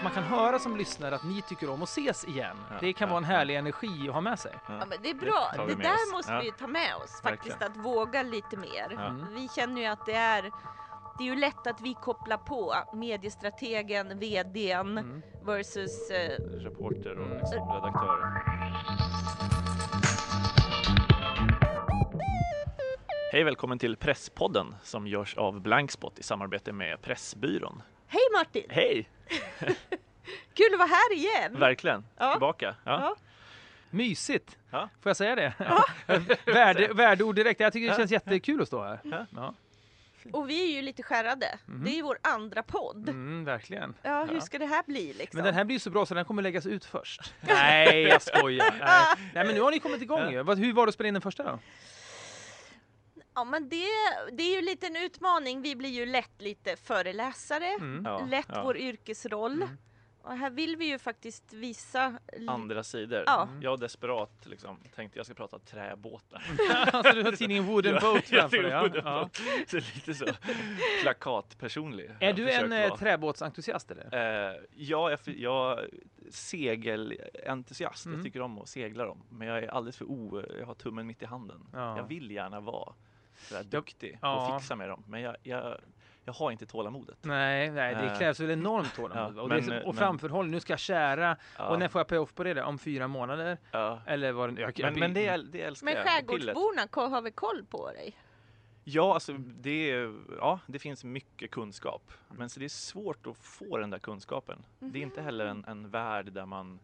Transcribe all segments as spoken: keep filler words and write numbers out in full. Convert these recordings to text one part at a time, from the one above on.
att man kan höra som lyssnare att ni tycker om att ses igen. Ja, det kan ja, vara en härlig energi att ha med sig. Ja. Ja, men det är bra. Det tar Det, vi med där oss. måste Ja. vi ta med oss faktiskt, Verkligen. att våga lite mer. Ja. Vi känner ju att det är det är ju lätt att vi kopplar på mediestrategen, vdn Mm. versus eh, Reporter och Mm. liksom redaktör. Hej, välkommen till Presspodden som görs av Blankspot i samarbete med Pressbyrån. Hej Martin! Hej! Kul att vara här igen! Verkligen, Ja. tillbaka. Ja. Ja. Mysigt. Ja. Får jag säga det? Värde, värdeord direkt. Jag tycker det Ja. känns jättekul att stå här. Ja. Ja. Och vi är ju lite skärrade. Mhm. Det är ju vår andra podd. Mm, verkligen. Ja, hur Ja. ska det här bli liksom? Men den här blir så bra så den kommer läggas ut först. Nej, jag skojar. Nej. Nej, men nu har ni kommit igång ju. Vad- Hur var det att spela in den första då? Ja, men det, det är ju lite en utmaning. Vi blir ju lätt lite föreläsare. Mm. Ja, Lätt ja. vår yrkesroll. Mm. Och här vill vi ju faktiskt visa... li- Andra sidor. Ja. Jag desperat liksom, tänkte jag ska prata träbåtar. Alltså du har tidningen Wooden Boat framför dig. Ja. Wooden Ja. Boat. Så lite så plakatpersonlig. har Är jag du försökt en eh, vara. träbåtsentusiast eller? Eh, ja, jag, jag segelentusiast. Mm. Jag tycker om att segla dem. Men jag är alldeles för o... Jag har tummen mitt i handen. Ja. Jag vill gärna vara sådär Jag- duktig ja. och fixa med dem. Men jag, jag, jag har inte tålamodet. Nej, nej, det Eh. krävs väl enormt tålamod. Ja, och, men, det är, så- eh, och men- framförhåll, nu ska jag kära. Ja, Och när får jag pay-off på det där? Om fyra månader? ja. Eller vad det jag, Men, men det, äl- det älskar Men jag. Pillet. skärgårdsborna ko- har vi koll på dig? Ja, alltså det, är- ja, det finns mycket kunskap. Men så det är svårt att få den där kunskapen. Det är inte heller en, en värld där man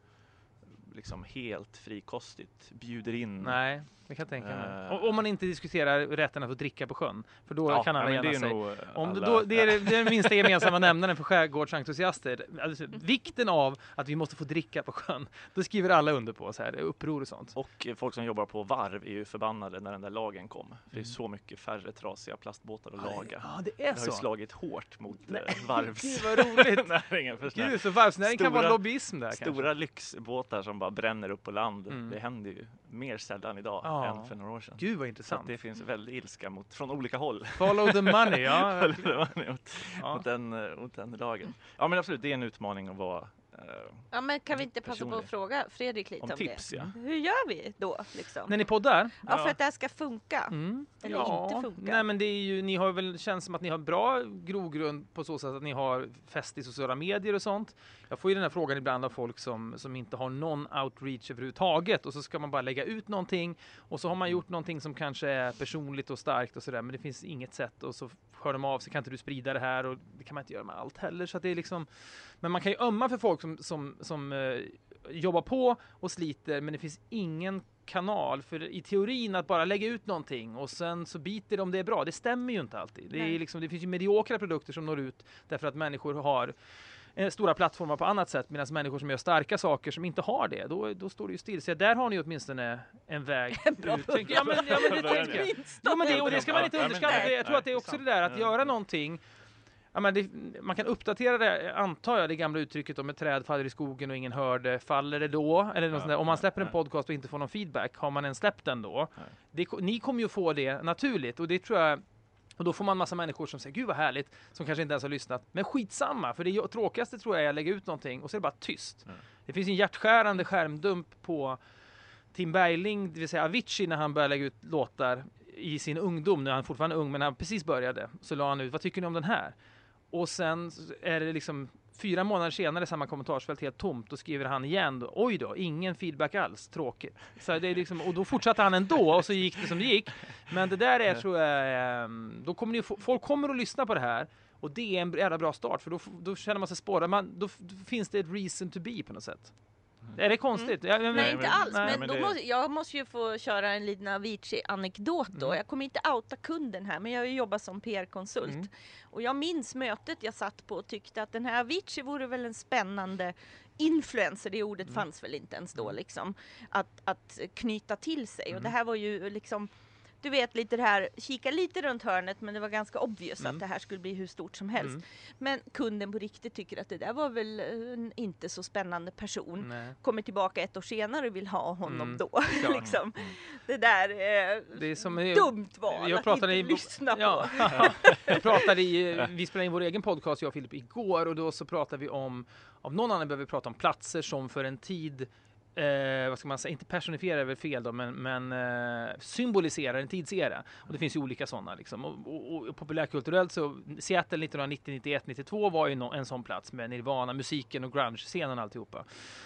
liksom helt frikostigt bjuder in. Nej, det kan jag tänka mig. Eh. Om, om man inte diskuterar rätten att få dricka på sjön. För då Ja, kan alla ja, men gärna det är säga. nog Om, alla- då, det, är det, det är den minsta gemensamma nämnaren för skärgårdsentusiaster. Alltså, vikten av att vi måste få dricka på sjön. Då skriver alla under på så här, uppror och sånt. Och eh, folk som jobbar på varv är ju förbannade när den där lagen kom. För det är Mm. så mycket färre trasiga plastbåtar att laga. Ja, det Det är har ju så. slagit hårt mot Nej, eh, varvs... Gud vad roligt. näringen. För såna här Gud, så varvsnäringen kan Stora- vara lobbyism där stora kanske. lyxbåtar som bara bränner upp på land. Mm. Det händer ju mer sällan idag Ja. än för några år sedan. Gud vad Så att intressant. det finns väldigt ilska mot, från olika håll. Follow the money, ja. mot, ja. mot, den, eh, mot den lagen. Ja, men absolut, det är en utmaning att vara eh, Ja, men kan vi inte passa på Personlig. att fråga Fredrik lite om om, tips. Ja. det? Hur gör vi då liksom? När ni poddar? Ja, för att det här ska funka. Mm. Eller ja. inte funka. Nej, men det är ju, ni har väl känns som att ni har bra grogrund på så sätt att ni har fäst i sociala medier och sånt. Jag får ju den här frågan ibland av folk som, som inte har någon outreach överhuvudtaget och så ska man bara lägga ut någonting och så har man gjort någonting som kanske är personligt och starkt och sådär men det finns inget sätt och så hör de av sig, kan inte du sprida det här och det kan man inte göra med allt heller så att det är liksom, men man kan ju ömma för folk som, som, som eh, jobbar på och sliter men det finns ingen kanal för i teorin att bara lägga ut någonting och sen så biter de det är bra. Det stämmer ju inte alltid. Det, är Nej. liksom, det finns ju mediokra produkter som når ut därför att människor har eh, stora plattformar på annat sätt medan människor som gör starka saker som inte har det, då, då står det ju still. Så där har ni åtminstone en väg bra ut. tänker jag. Ja, men, ja, men det början. tänker jag. Jo, men det, och det ska man inte Ja, men underskatta. nej, Jag tror att det är nej, också sant. det där att Ja. göra någonting. Ja, men det, man kan uppdatera det, antar jag, det gamla uttrycket om ett träd faller i skogen och ingen hör det. Faller det då? Eller något Ja, sånt där. Om man ja, släpper en ja. podcast och inte får någon feedback, har man en släppt den då? Nej. Det, ni kommer ju få det naturligt och det tror jag. Och då får man massa människor som säger, gud vad härligt, som kanske inte ens har lyssnat. Men skitsamma, för det jo- tråkigaste tror jag är att lägga ut någonting och så är det bara tyst. Ja. Det finns en hjärtskärande skärmdump på Tim Bergling, det vill säga Avicii, när han började lägga ut låtar i sin ungdom. Nu är han fortfarande ung, men när han precis började så la han ut, vad tycker ni om den här? Och sen är det liksom fyra månader senare samma kommentarsfält helt tomt. Då skriver han igen då, oj då, ingen feedback alls, tråkigt. Så det är liksom, och då fortsatte han ändå och så gick det som det gick. Men det där är, tror jag, ehm, då kommer ni få, folk kommer att lyssna på det här. Och det är en jävla bra start, för då, då känner man sig spårad. Man, då, då finns det ett reason to be på något sätt. Är det konstigt? Ja, men- Nej, inte men- alls. nej, Men, men då det- måste, jag måste ju få köra en liten Avicii-anekdot då. Mm. Jag kommer inte outa kunden här, men jag har ju jobbat som P R-konsult. Mm. Och jag minns mötet jag satt på och tyckte att den här Avicii vore väl en spännande influencer, det ordet Mm. fanns väl inte ens då liksom, att, att knyta till sig. Och Mm. det här var ju liksom du vet lite det här, kika lite runt hörnet, men det var ganska obvious Mm. att det här skulle bli hur stort som helst. Mm. Men kunden på riktigt tycker att det där var väl en inte så spännande person. Nej. Kommer tillbaka ett år senare och vill ha honom Mm, då. det är klart. liksom. Det där eh, Det är som är, dumt val jag att pratade inte i- lyssna på. Ja, jag pratade i, vi spelade in vår egen podcast, jag och Filip, igår, och då så pratade vi om, av någon annan behöver vi prata om platser som för en tid, eh, vad ska man säga, inte personifierar är väl fel då, men, men eh, symboliserar en tidsera. Och det finns ju olika sådana liksom. Och, och, och populärkulturellt så, Seattle nittonhundranittio, nittioett, nittiotvå var ju no, en sån plats med Nirvana, musiken och grunge-scenen och alltihopa.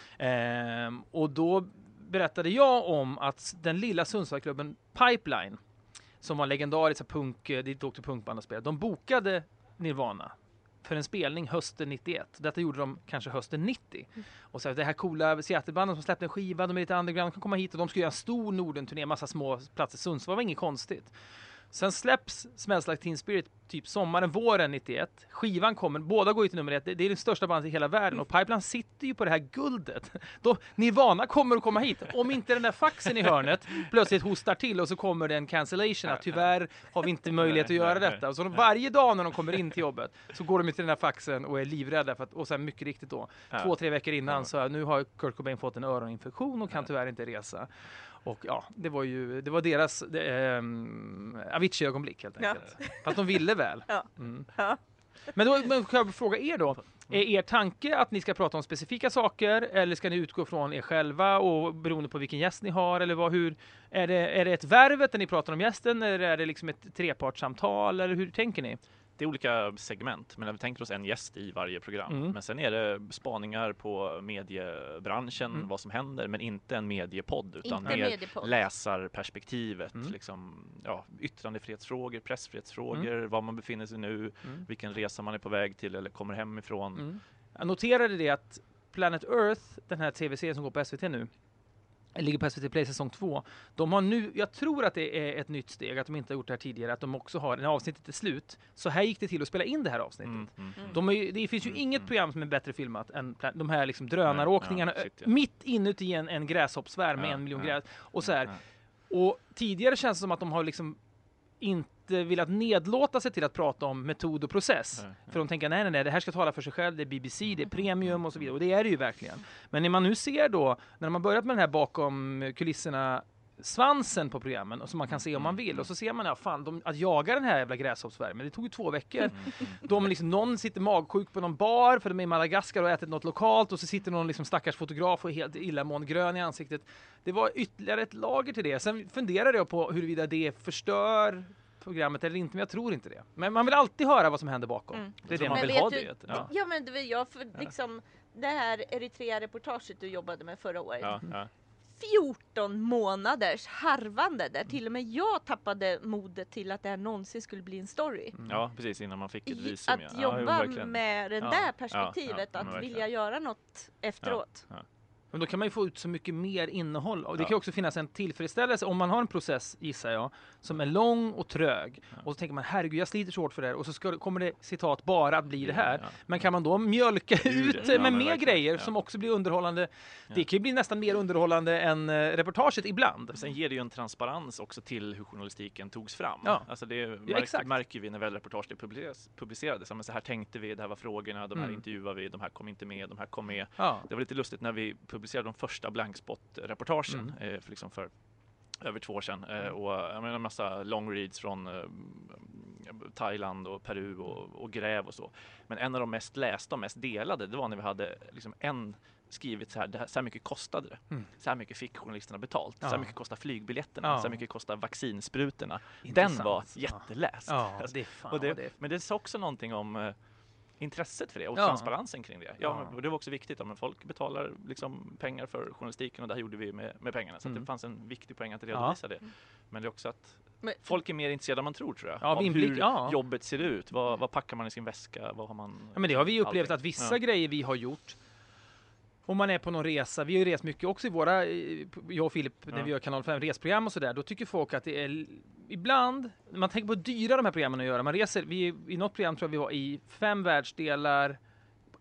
Eh, och då berättade jag om att den lilla Sundsvallsklubben Pipeline, som var legendarisk punk, dit åkte punkband och spelade, de bokade Nirvana för en spelning hösten nittioett. Detta gjorde de kanske hösten nittio. Och så det här coola Seattle-banden som släppte en skiva, de är lite underground, kan komma hit och de skulle göra en stor Norden-turné, massa små platser. Sundsvall var inget konstigt. Sen släpps Smells Like Teen Spirit typ sommaren, våren nittioett. Skivan kommer, båda går ju till nummer ett. Det är det största bandet i hela världen. Och Pipeline sitter ju på det här guldet. Då Nirvana kommer att komma hit. Om inte den där faxen i hörnet plötsligt hostar till och så kommer det en cancellation. Att tyvärr har vi inte möjlighet att göra detta. Och så varje dag när de kommer in till jobbet så går de till den här faxen och är livrädda. För att, och sen mycket riktigt då, två, tre veckor innan så nu har Kurt Cobain fått en öroninfektion och kan tyvärr inte resa. Och ja, det var ju det var deras det, ähm, Avicii-ögonblick helt enkelt. Ja. Fast de ville väl. Ja. Mm. Ja. Men då men kan jag fråga er då. Är er tanke att ni ska prata om specifika saker eller ska ni utgå från er själva och beroende på vilken gäst ni har eller vad, hur är det, är det ett värvet där ni pratar om gästen eller är det liksom ett trepartssamtal eller hur tänker ni? Det är olika segment, men vi tänker oss en gäst i varje program. Mm. Men sen är det spaningar på mediebranschen, Mm. vad som händer, men inte en mediepodd utan Inte mer mediepodd. läsarperspektivet. Mm. Liksom, ja, yttrandefrihetsfrågor, pressfrihetsfrågor, var man befinner sig nu, Mm. vilken resa man är på väg till eller kommer hemifrån. Mm. Jag noterade det att Planet Earth, den här tv-serien som går på S V T nu, ligger på S V T Play säsong två. De har nu, jag tror att det är ett nytt steg, att de inte har gjort det här tidigare, att de också har, när avsnittet är slut, så här gick det till att spela in det här avsnittet. Mm, mm, mm. De är, ju- det finns ju Mm, inget mm. program som är bättre filmat än pla- de här liksom drönaråkningarna Nej, ja, shit, ja. mitt inuti en, en gräshoppsvärm med Ja, en miljon ja. gräs. Och så här. Ja. Och tidigare känns det som att de har liksom inte velat nedlåta sig till att prata om metod och process. Nej, nej. För de tänker, nej, nej, nej, det här ska tala för sig själv, det är B B C, det är premium och så vidare. Och det är det ju verkligen. Men när man nu ser då, när man börjat med den här bakom kulisserna svansen på programmen och som man kan se om man vill och så ser man ja, fan, de, att jaga den här jävla gräshoppsvärmen, det tog ju två veckor. De liksom, någon sitter magsjuk på någon bar för de är i Madagaskar och ätit något lokalt och så sitter någon liksom stackars fotograf och är helt illamående grön i ansiktet. Det var ytterligare ett lager till det. Sen funderade jag på huruvida det förstör programmet eller inte, men jag tror inte det. Men man vill alltid höra vad som händer bakom. Mm. Det är det Jag tror man man Men vill vet ha du- det. Ja. Ja, men det var jag för liksom det här Eritrea-reportaget du jobbade med förra året. Ja, ja. fjorton månaders harvande där till och med jag tappade modet till att det här någonsin skulle bli en story. ja, precis innan man fick ett I, visum. ja. att Ja, jobba jo, verkligen. med det Ja. där Ja, perspektivet, ja, men att verkligen. vilja göra något efteråt. Men då kan man ju få ut så mycket mer innehåll. Och det Ja. kan också finnas en tillfredsställelse om man har en process, gissar jag, som är lång och trög. Ja. Och så tänker man, herregud, jag sliter så hårt för det här. Och så ska, kommer det, citat, bara att bli det här. Ja. Men kan man då mjölka Ur ut det. Ja, med men mer verkligen. grejer Ja. som också blir underhållande? Ja. Det kan ju bli nästan mer underhållande än eh, reportaget ibland. Och sen ger det ju en transparens också till hur journalistiken togs fram. Ja. Alltså det Ja, märker, exakt. märker vi när väl reportage det publiceras, publicerades. Ja, men så här tänkte vi, det här var frågorna, de här Mm. intervjuade vi, de här kom inte med, de här kom med. Ja. Det var lite lustigt när vi publicerade de första blankspot-reportagen Mm. eh, för, liksom för över två år sedan. Eh, och jag menar en massa long reads från eh, Thailand och Peru och, och gräv och så. Men en av de mest lästa och mest delade, det var när vi hade liksom en skrivit så här, det här, så här mycket kostade det. Mm. Så här mycket fick journalisterna betalt. Ja. Så här mycket kostar flygbiljetterna. Ja. Så här mycket kostar vaccinsprutorna. Intressant. Den var Ja. jätteläst. Ja, Alltså, det är fan och det, vad det är. men det sa också någonting om eh, intresset för det och Ja. transparensen kring det. Ja, Ja. men, och det var också viktigt. Ja, men folk betalar liksom pengar för journalistiken och det här gjorde vi med, med pengarna. Så att Mm. det fanns en viktig poäng att redovisa det. Men det är också att Men- folk är mer intresserade än man tror, tror jag. Ja, av inblick, hur ja. jobbet ser ut. Vad, vad packar man i sin väska? Vad har man? Ja, men det har vi upplevt allting. att vissa Ja. grejer vi har gjort, om man är på någon resa, vi har ju rest mycket också i våra, eh, jag och Filip, när Ja. vi gör kanal fem resprogram och sådär, då tycker folk att det är l- ibland, när man tänker på hur dyra de här programmen att göra, man reser, vi, i något program tror jag vi var i fem världsdelar,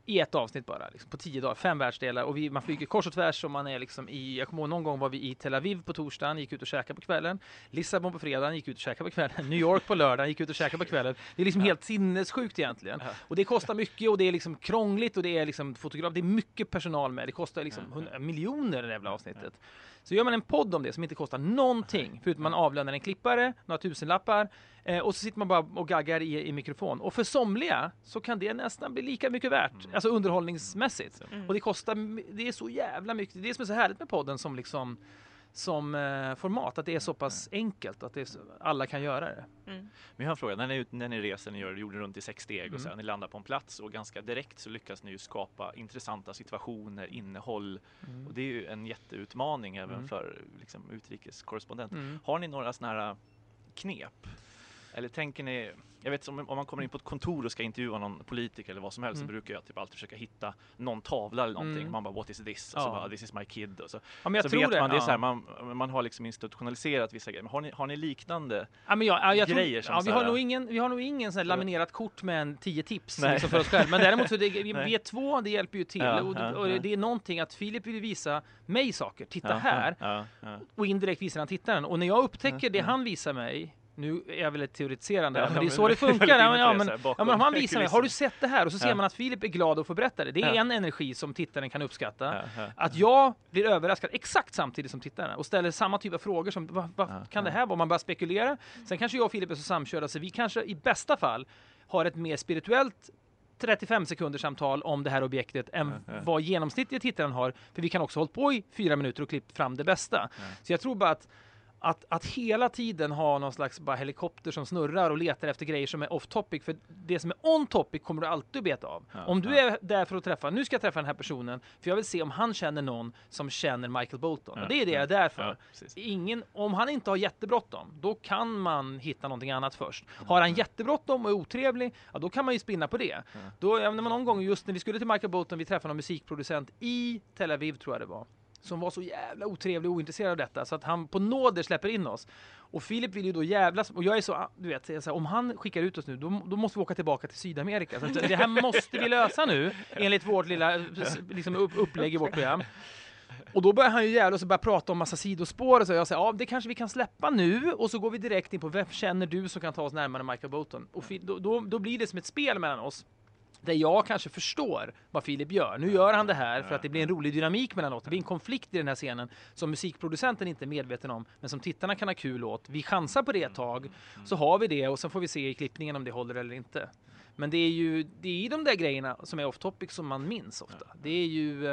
i ett avsnitt bara, liksom, på tio dagar, fem världsdelar och vi, man flyger kors och tvärs och man är liksom i, jag kommer ihåg någon gång var vi i Tel Aviv på torsdagen, gick ut och käkade på kvällen, Lissabon på fredagen, gick ut och käkade på kvällen, New York på lördagen, gick ut och käkade på kvällen. Det är liksom ja. helt sinnessjukt egentligen. Ja. Och det kostar mycket och det är liksom krångligt och det är liksom fotograf, det är mycket personal med, det kostar liksom ja. hundra miljoner det jävla avsnittet. Ja. Så gör man en podd om det som inte kostar någonting, förutom man avlönar en klippare, några tusenlappar, eh, och så sitter man bara och gaggar i, i mikrofon. Och för somliga så kan det nästan bli lika mycket värt, mm. alltså underhållningsmässigt. Mm. Och det kostar, det är så jävla mycket, det är som är så härligt med podden som liksom som eh, format, att det är så pass enkelt att det är så, alla kan göra det. Mm. Men jag har en fråga, när ni, när ni reser, ni gör jorden runt i sex steg mm. och sen ni landar på en plats och ganska direkt så lyckas ni ju skapa intressanta situationer, innehåll mm. och det är ju en jätteutmaning även mm. för liksom, utrikeskorrespondent. Mm. Har ni några såna här knep? Eller tänker ni, jag vet som om man kommer in på ett kontor och ska intervjua någon politiker eller vad som helst mm. så brukar jag typ alltid försöka hitta någon tavla eller någonting. Mm. Man bara, what is this? Och ja. så bara, this is my kid. Och så ja, men jag så tror vet det. man, det är ja. så här, man, man har liksom institutionaliserat vissa grejer. Men har ni, har ni liknande ja, men jag, ja, jag grejer? Tror, ja, vi, har nog ingen, vi har nog ingen sån här laminerat kort med en tio tips liksom för oss själva. Men däremot så det, vi, vi är två, det hjälper ju till. Ja, och, ja, och ja. det är någonting att Filip vill visa mig saker. Titta ja, här. Ja, ja. Och indirekt visar han tittaren. Och när jag upptäcker ja, det ja. han visar mig, nu är jag väl ett teoretiserande, ja, men det är men så det funkar. Ja, ja, men, ja, men om han visar mig, kulissen. har du sett det här? Och så ser ja. man att Filip är glad att få berätta det. Det är ja. en energi som tittaren kan uppskatta. Ja, ja, att jag blir överraskad exakt samtidigt som tittaren och ställer samma typ av frågor som, vad, vad ja, kan ja. det här vara? Man börjar spekulera. Sen kanske jag och Filip är så samkörda så vi kanske i bästa fall har ett mer spirituellt trettiofem sekunders samtal om det här objektet än ja, ja. vad genomsnittliga tittaren har. För vi kan också hållit på i fyra minuter och klippt fram det bästa. Ja. Så jag tror bara att Att, att hela tiden ha någon slags bara helikopter som snurrar och letar efter grejer som är off topic. För det som är on topic kommer du alltid att beta av. Ja, om du ja. är där för att träffa, nu ska jag träffa den här personen. För jag vill se om han känner någon som känner Michael Bolton. Ja, och det är det ja, jag är där för. Ja, Ingen, om han inte har jättebråttom, då kan man hitta någonting annat först. Har han jättebråttom och är otrevlig, ja, då kan man ju spinna på det. Ja. Då, jag menar, någon gång just när vi skulle till Michael Bolton, vi träffade någon musikproducent i Tel Aviv tror jag det var. Som var så jävla otrevlig och ointresserad av detta. Så att han på nåder släpper in oss. Och Filip vill ju då jävlas. Och jag är så, du vet, så här, om han skickar ut oss nu, då, då måste vi åka tillbaka till Sydamerika. Så det här måste vi lösa nu, enligt vårt lilla liksom, upp, upplägg i vårt program. Och då börjar han ju jävlas och börjar prata om massa sidospår. Och så jag säger, ja, det kanske vi kan släppa nu. Och så går vi direkt in på, vem känner du som kan ta oss närmare Michael Bolton? Och då, då, då blir det som ett spel mellan oss. Där jag kanske förstår vad Filip gör. Nu gör han det här för att det blir en rolig dynamik mellan oss. Det blir en konflikt i den här scenen som musikproducenten inte är medveten om, men som tittarna kan ha kul åt. Vi chansar på det ett tag, så har vi det och så får vi se i klippningen om det håller eller inte. Men det är ju det är de där grejerna som är off topic som man minns ofta. Det är ju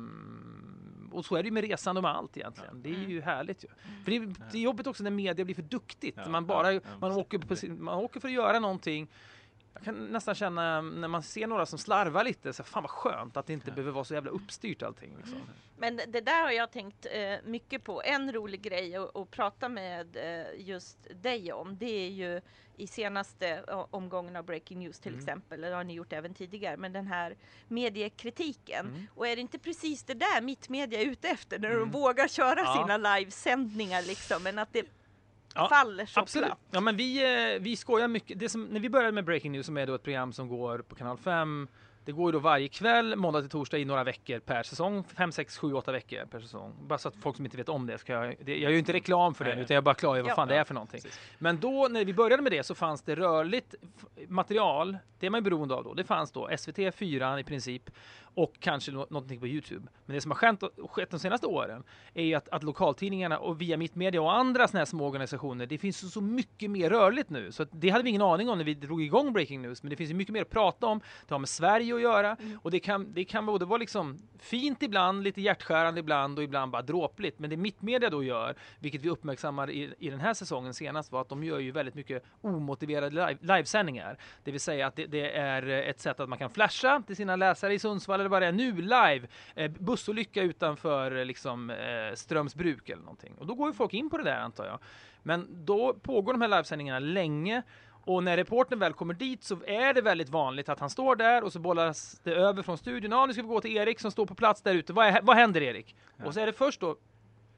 um, och så är det ju med resan och med allt egentligen. Det är ju härligt ju. För det är, det är jobbigt också när media blir för duktigt. Man bara man åker på sin, man åker för att göra någonting. Jag kan nästan känna när man ser några som slarvar lite, så fan vad skönt att det inte ja. behöver vara så jävla uppstyrt allting. Liksom. Men det där har jag tänkt eh, mycket på. En rolig grej att, att prata med eh, just dig om, det är ju i senaste omgången av Breaking News till mm. exempel, eller har ni gjort även tidigare, men den här mediekritiken. Mm. Och är det inte precis det där mitt media är ute efter, när mm. de vågar köra ja. sina livesändningar liksom, men att det Ja, faller så absolut. platt. Ja, men vi, vi skojar mycket. Det som, när vi började med Breaking News, som är då ett program som går på kanal fem, det går ju då varje kväll, måndag till torsdag i några veckor per säsong. fem, sex, sju, åtta veckor per säsong. Bara så att folk som inte vet om det, ska jag, det jag gör ju inte reklam för det, utan jag bara klargör vad ja, fan ja. det är för någonting. Precis. Men då, när vi började med det, så fanns det rörligt material, det är man ju beroende av då. Det fanns då S V T fyra i princip, och kanske nå- någonting på YouTube. Men det som har skett, skett de senaste åren är ju att, att lokaltidningarna och via Mitt Media och andra såna här små organisationer, det finns så, så mycket mer rörligt nu. Så att det hade vi ingen aning om när vi drog igång Breaking News. Men det finns ju mycket mer att prata om. Det har med Sverige att göra. Mm. Och det kan, det kan både vara liksom fint ibland, lite hjärtskärande ibland och ibland bara dråpligt. Men det Mitt Media då gör, vilket vi uppmärksammar i, i den här säsongen senast, var att de gör ju väldigt mycket omotiverade live, livesändningar. Det vill säga att det, det är ett sätt att man kan flasha till sina läsare i Sundsvall eller vad det är nu live. Eh, bussolycka utanför liksom, eh, Strömsbruk eller någonting. Och då går ju folk in på det där, antar jag. Men då pågår de här livesändningarna länge. Och när reportern väl kommer dit så är det väldigt vanligt att han står där och så bollas det över från studion. Ja, nu ska vi gå till Erik som står på plats där ute. Vad, är, vad händer, Erik? Ja. Och så är det först då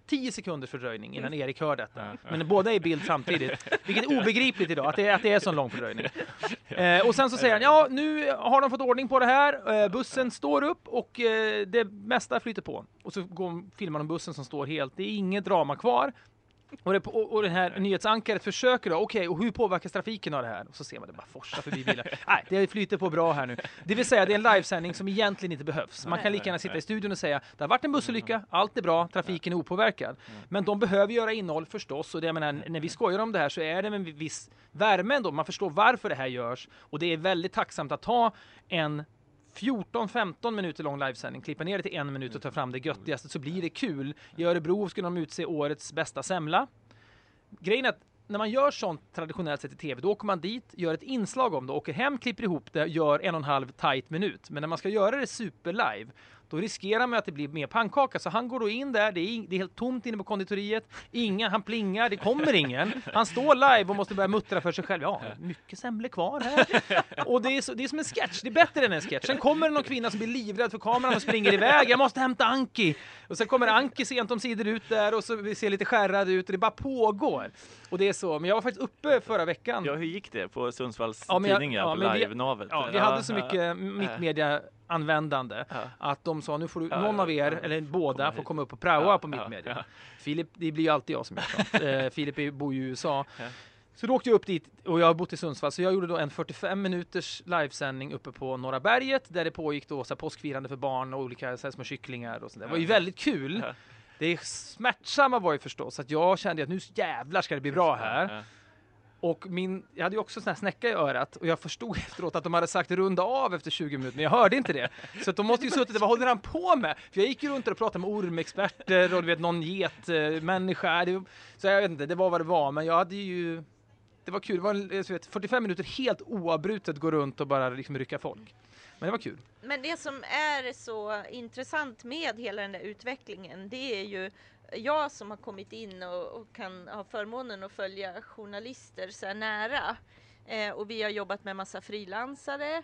tio sekunders fördröjning innan Erik hör detta. Men båda är i bild samtidigt. Vilket är obegripligt idag, att det är, att det är så lång fördröjning. Eh, och sen så säger han, ja nu har de fått ordning på det här. Eh, bussen står upp och eh, det mesta flyter på. Och så går, filmar de bussen som står helt. Det är inget drama kvar. Och, det, och, och den här nyhetsankaret försöker då, okej, okay, och hur påverkas trafiken av det här? Och så ser man det bara forsa förbi bilar. Nej, det flyter på bra här nu. Det vill säga, det är en livesändning som egentligen inte behövs. Man kan lika gärna sitta i studion och säga, det har varit en bussolycka, allt är bra, trafiken är opåverkad. Men de behöver göra innehåll förstås, och det, jag menar, när vi skojar om det här så är det med en viss värme ändå. Man förstår varför det här görs, och det är väldigt tacksamt att ta en fjorton femton minuter lång livesändning, klippa ner det till en minut och ta fram det göttigaste, så blir det kul. I Örebro skulle de utse årets bästa semla. Grejen är att när man gör sånt traditionellt sett i tv, då åker man dit, gör ett inslag om det, åker hem, klipper ihop det, gör en och en halv tight minut. Men när man ska göra det super live, då riskerar man att det blir mer pannkaka. Så han går då in där, det är, det är helt tomt inne på konditoriet. Ingen, han plingar, det kommer ingen. Han står live och måste börja muttra för sig själv. Ja, mycket semlor kvar här. Och det är, så, det är som en sketch, det är bättre än en sketch. Sen kommer det någon kvinna som blir livrädd för kameran och springer iväg. Jag måste hämta Anki. Och sen kommer Anki sent om sidor ut där och så ser lite skärrad ut och det bara pågår. Och det är så. Men jag var faktiskt uppe förra veckan. Ja, hur gick det på Sundsvalls ja, jag, tidning, ja, på live-navet? Ja, vi hade så mycket mittmedia användande ja. att de sa, nu får du, ja, någon av er, ja, eller båda, får komma upp och praoa ja, på mittmedia. Ja, ja. Filip, det blir ju alltid jag som gör sånt. eh, Filip bor ju i U S A. Ja. Så då åkte jag upp dit, och jag har bott i Sundsvall, så jag gjorde då en fyrtiofem minuters livesändning uppe på Norra berget, där det pågick då så här, påskfirande för barn och olika så här, små kycklingar och sådär. Det var ju väldigt kul. Ja. Det smärtsamma var ju förstås att jag kände att nu jävlar ska det bli bra här. Ja. Och min, jag hade ju också sån här snäcka i örat, och jag förstod efteråt att de hade sagt runda av efter tjugo minuter, men jag hörde inte det. Så att de måste ju suttit, vad håller han på med? För jag gick ju runt och pratade med ormexperter och du vet, någon getmänniska. Det, så jag vet inte, det var vad det var, men jag hade ju, det var kul. Det var en, jag vet, fyrtiofem minuter helt oavbrutet gå runt och bara liksom rycka folk. Men det var kul. Men det som är så intressant med hela den där utvecklingen, det är ju jag som har kommit in och, och kan ha förmånen att följa journalister så här nära. Eh, och vi har jobbat med massa frilansare.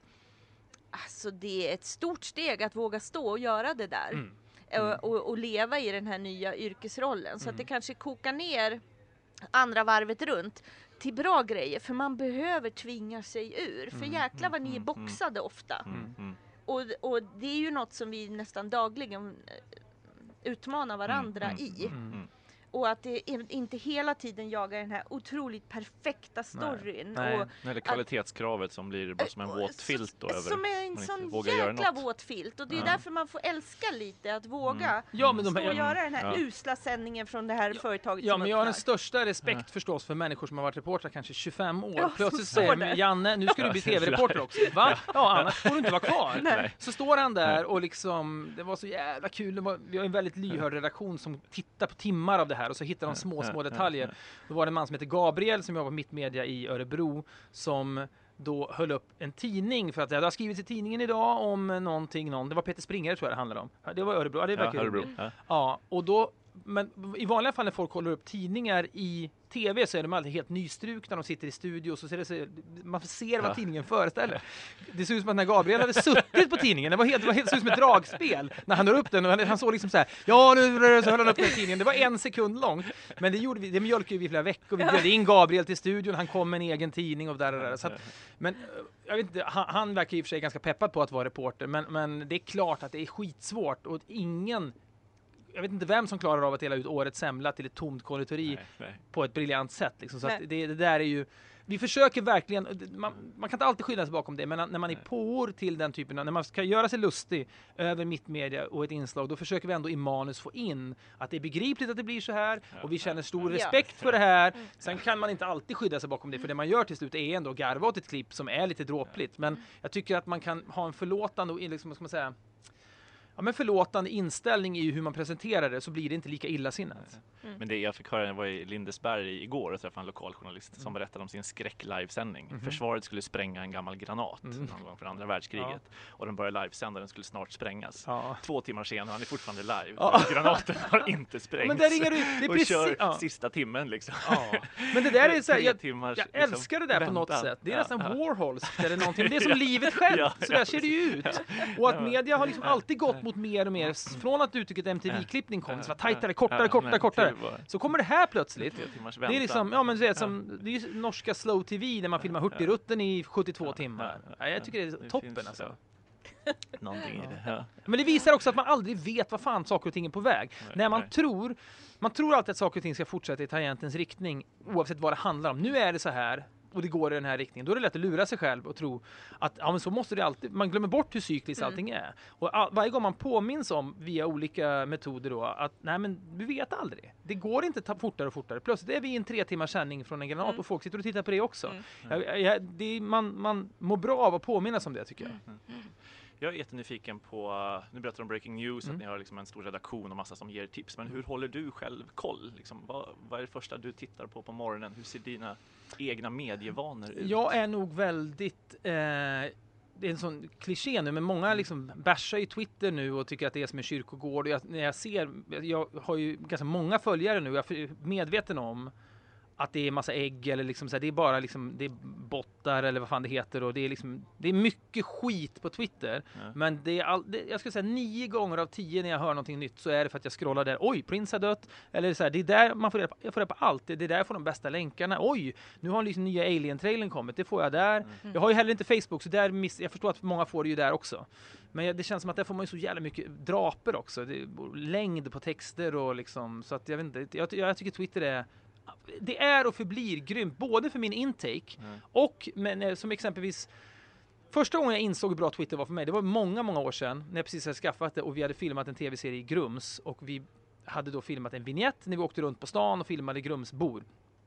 Alltså det är ett stort steg att våga stå och göra det där. Mm. Mm. Och, och, och leva i den här nya yrkesrollen. Så mm. att det kanske kokar ner andra varvet runt till bra grejer. För man behöver tvinga sig ur. För jäklar vad ni är boxade ofta. Mm. Mm. Och, och det är ju något som vi nästan dagligen utmana varandra mm, i. Mm, mm. Och att det inte hela tiden jagar den här otroligt perfekta storyn. Nej, och nej. Eller kvalitetskravet att, som blir bara som en våt filt då, över. Som är en sån jäkla våt filt. Och det är ja. därför man får älska lite att våga mm. ja, men de, stå och ja. göra den här ja. usla sändningen från det här ja. företaget. Ja, men jag har den klart. största respekt ja. förstås för människor som har varit reportrar kanske tjugofem år. Ja, plötsligt säger de, Janne, nu ska du bli tv-reporter också. Va? Ja, annars får du inte vara kvar. Nej. Så står han där och liksom, det var så jävla kul. Det var, vi har en väldigt lyhörd redaktion som tittar på timmar av det här och så hittar de små, små detaljer. Då var det en man som heter Gabriel som jobbar på Mittmedia i Örebro som då höll upp en tidning för att det har skrivits i tidningen idag om någonting, någon, det var Peter Springare tror jag det handlade om. Det var Örebro, ja, det verkar ja, Örebro. Ja. ja, och då, men i vanliga fall när folk håller upp tidningar i tv så är de alltid helt nystrukna, de sitter i studio så ser det så, man ser vad ja. tidningen föreställer. Det ser ut som att när Gabriel hade suttit på tidningen, det var helt, det var helt så ut som ett dragspel när han höll upp den och han, han såg liksom så här, ja nu så höll han upp den tidningen, det var en sekund långt, men det gjorde vi, det mjölkade vi flera veckor, vi bjöd in Gabriel till studion, han kom med en egen tidning och där och där. Så att, men jag vet inte, han, han verkar i och för sig ganska peppad på att vara reporter, men, men det är klart att det är skitsvårt och ingen jag vet inte vem som klarar av att dela ut årets semla till ett tomt konditori nej, nej. på ett briljant sätt. Liksom. Så att det, det där är ju... Vi försöker verkligen... Man, man kan inte alltid skydda sig bakom det, men när man är påor till den typen av... När man ska göra sig lustig över mittmedia och ett inslag, då försöker vi ändå i manus få in att det är begripligt att det blir så här och vi känner stor respekt ja. för det här. Sen kan man inte alltid skydda sig bakom det, för det man gör till slut är ändå garva åt ett klipp som är lite dråpligt. Men jag tycker att man kan ha en förlåtande och liksom, vad ska man säga... Ja, men förlåtande inställning i hur man presenterar det så blir det inte lika illasinnat. Mm. Men det jag fick höra, jag var i Lindesberg igår och träffade en lokaljournalist mm. som berättade om sin skräck-livesändning. Mm. Försvaret skulle spränga en gammal granat mm. någon gång för andra världskriget. Ja. Och den började livesända, den skulle snart sprängas. Ja. Två timmar senare, han är fortfarande live. Ja. Granaten har inte sprängts. Ja, men där ringer du, det är och precis, kör ja. sista timmen liksom. Ja. Men det där är så här, jag, timmars, jag älskar det där liksom, på något sätt. Det är ja. nästan ja. Warhols eller någonting. Det är som livet själv. Ja. Så där ser det ju ut. Och att media har liksom alltid gått mot mer och mer, s- från att uttrycket M T V-klippning kom, så var Äh, tajtare, äh, kortare, äh, kortare, nej, kortare. till bara Så kommer det här plötsligt. tre timmars Det är väntan. liksom, ja men du vet, som, det är ju norska slow T V där man filmar Hurtigruten i sjuttiotvå timmar. Ja, jag tycker det är toppen finns, alltså. ja, någonting i det. Ja. Men det visar också att man aldrig vet vad fan saker och ting är på väg. Nej, När man nej. tror, man tror alltid att saker och ting ska fortsätta i tangentens riktning oavsett vad det handlar om. Nu är det så här och det går i den här riktningen. Då är det lätt att lura sig själv och tro att ja, men så måste det alltid, man glömmer bort hur cykliskt Mm. allting är. Och all, varje gång man påminns om via olika metoder då att nej men du vet aldrig. Det går inte ta fortare och fortare. Plötsligt är vi i en tre timmars sändning från en granat Mm. och folk sitter och tittar på det också. Mm. Jag, jag, det är, man, man mår bra av att påminnas om det tycker jag. Jag är jättenyfiken på, nu berättar du om Breaking News, Mm. att ni har liksom en stor redaktion och massa som ger tips. Men hur håller du själv koll? Liksom, vad, vad är det första du tittar på på morgonen? Hur ser dina egna medievanor ut? Jag är nog väldigt, eh, det är en sån kliché nu, men många liksom bashar ju Twitter nu och tycker att det är som en kyrkogård. Och jag, när jag ser, jag har ju ganska många följare nu, jag är medveten om att det är massa ägg eller liksom så här, det är bara liksom, det är bottar eller vad fan det heter och det är liksom, det är mycket skit på Twitter. Ja. Men det är all, det, jag skulle säga nio gånger av tio när jag hör någonting nytt så är det för att jag scrollar där, oj, Prince har dött, eller så här, det är där man får reda på, jag får reda på allt, det är där jag får de bästa länkarna, oj, nu har liksom nya Alien-trailern kommit, det får jag där. Mm. Jag har ju heller inte Facebook, så där miss, jag förstår att många får det ju där också. Men jag, det känns som att där får man ju så jävla mycket draper också, det är längd på texter och liksom, så att jag vet inte, jag, jag tycker Twitter är det är och förblir grymt, både för min intake Mm. och men, eh, som exempelvis första gången jag insåg hur bra Twitter var för mig, det var många, många år sedan när jag precis hade skaffat det och vi hade filmat en tv-serie i Grums och vi hade då filmat en vignett när vi åkte runt på stan och filmade Grumsbor.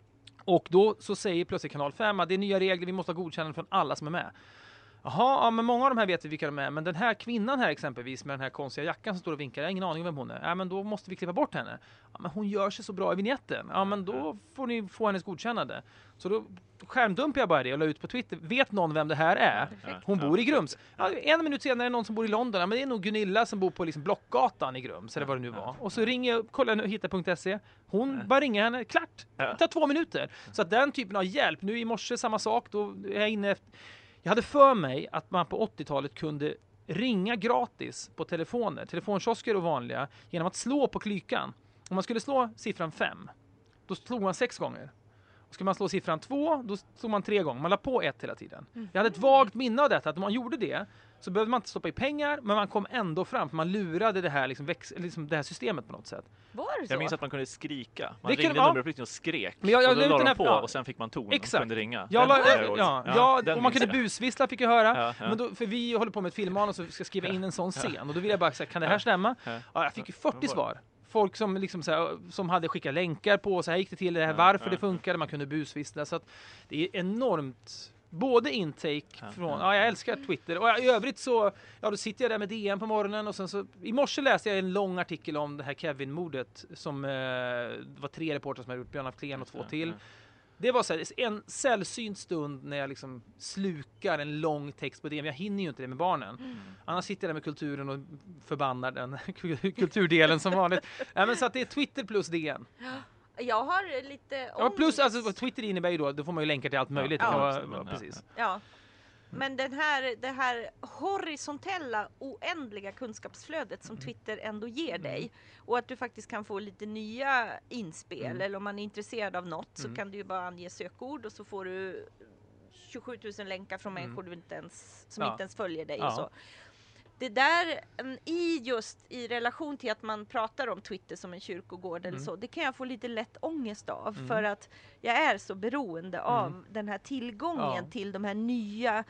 Och då så säger plötsligt kanal fem att det är nya regler, vi måste ha godkännande från alla som är med. Jaha, ja, men många av de här vet vi vilka de är, men den här kvinnan här exempelvis med den här konstiga jackan som står och vinkar, jag har ingen aning om vem hon är. Ja, men då måste vi klippa bort henne. Ja, men hon gör sig så bra i vignetten. Ja, men då får ni få hennes godkännande. Så då skärmdumpade jag bara det och la ut på Twitter. Vet någon vem det här är? Perfekt. Hon bor i Grums. Ja, en minut senare är det någon som bor i London. Ja, men det är nog Gunilla som bor på liksom Blockgatan i Grums, eller vad det nu var. Och så ringer jag, kollar nu, hitta punkt se. Hon bara ringer henne, klart. Det tar två minuter. Så att den typen av hjälp, nu i morse samma sak, då är jag inne efter. Jag hade för mig att man på åttiotalet kunde ringa gratis på telefoner, telefonkiosker och vanliga, genom att slå på klykan. Om man skulle slå siffran fem, då slog man sex gånger. Och skulle man slå siffran två, då slog man tre gånger. Man la på ett hela tiden. Jag hade ett vagt minne av detta, att om man gjorde det så behövde man inte stoppa i pengar, men man kom ändå fram, för man lurade det här, liksom, väx, liksom det här systemet på något sätt. Var det så? Jag minns att man kunde skrika. Man Det ringde kunde- ja. nummeruppringningen och skrek. Men jag- jag och då la ut la den de här- på ja. och sen fick man ton Exakt. och kunde ringa. Ja, Den la, kommer jag ihåg. ja, Ja, ja, den och man minns kunde jag. busvissla fick jag höra. Ja, ja. Men då, för vi håller på med ett filmmanus och ska skriva in en sån scen. Och då vill jag bara säga, kan det här stämma? Ja. Ja, jag fick ju fyrtio Vad var svar. Folk som, liksom så här, som hade skickat länkar på, så här gick det till, det här, Ja, varför ja, det funkade, man kunde busvissla. Så att det är enormt, både intake Ja, från, ja. ja jag älskar Twitter. Och i övrigt så, ja då sitter jag där med D M på morgonen och sen så, i morse läste jag en lång artikel om det här Kevin-mordet som, eh, det var tre reportrar som hade gjort, Björn af Kleen och två Ja, till. ja. Det var så här, en sällsynt stund när jag liksom slukar en lång text på det. Men jag hinner ju inte det med barnen. Mm. Annars sitter jag där med kulturen och förbannar den kulturdelen som vanligt. Nej, men så att det är Twitter plus D N. Jag har lite Ja, plus ångest. alltså vad Twitter innebär ju då, då får man ju länkar till allt möjligt. Ja, Det kan vara- absolut. ja, Ja, precis. Ja. Men den här, det här horisontella, oändliga kunskapsflödet som Twitter ändå ger dig, och att du faktiskt kan få lite nya inspel, Mm. eller om man är intresserad av något så Mm. kan du ju bara ange sökord och så får du tjugosju tusen länkar från människor du inte ens, som Ja. inte ens följer dig. Ja. Och så. Det där, mm, i just i relation till att man pratar om Twitter som en kyrkogård eller Mm. så, det kan jag få lite lätt ångest av, Mm. för att jag är så beroende av den här tillgången Ja. till de här nya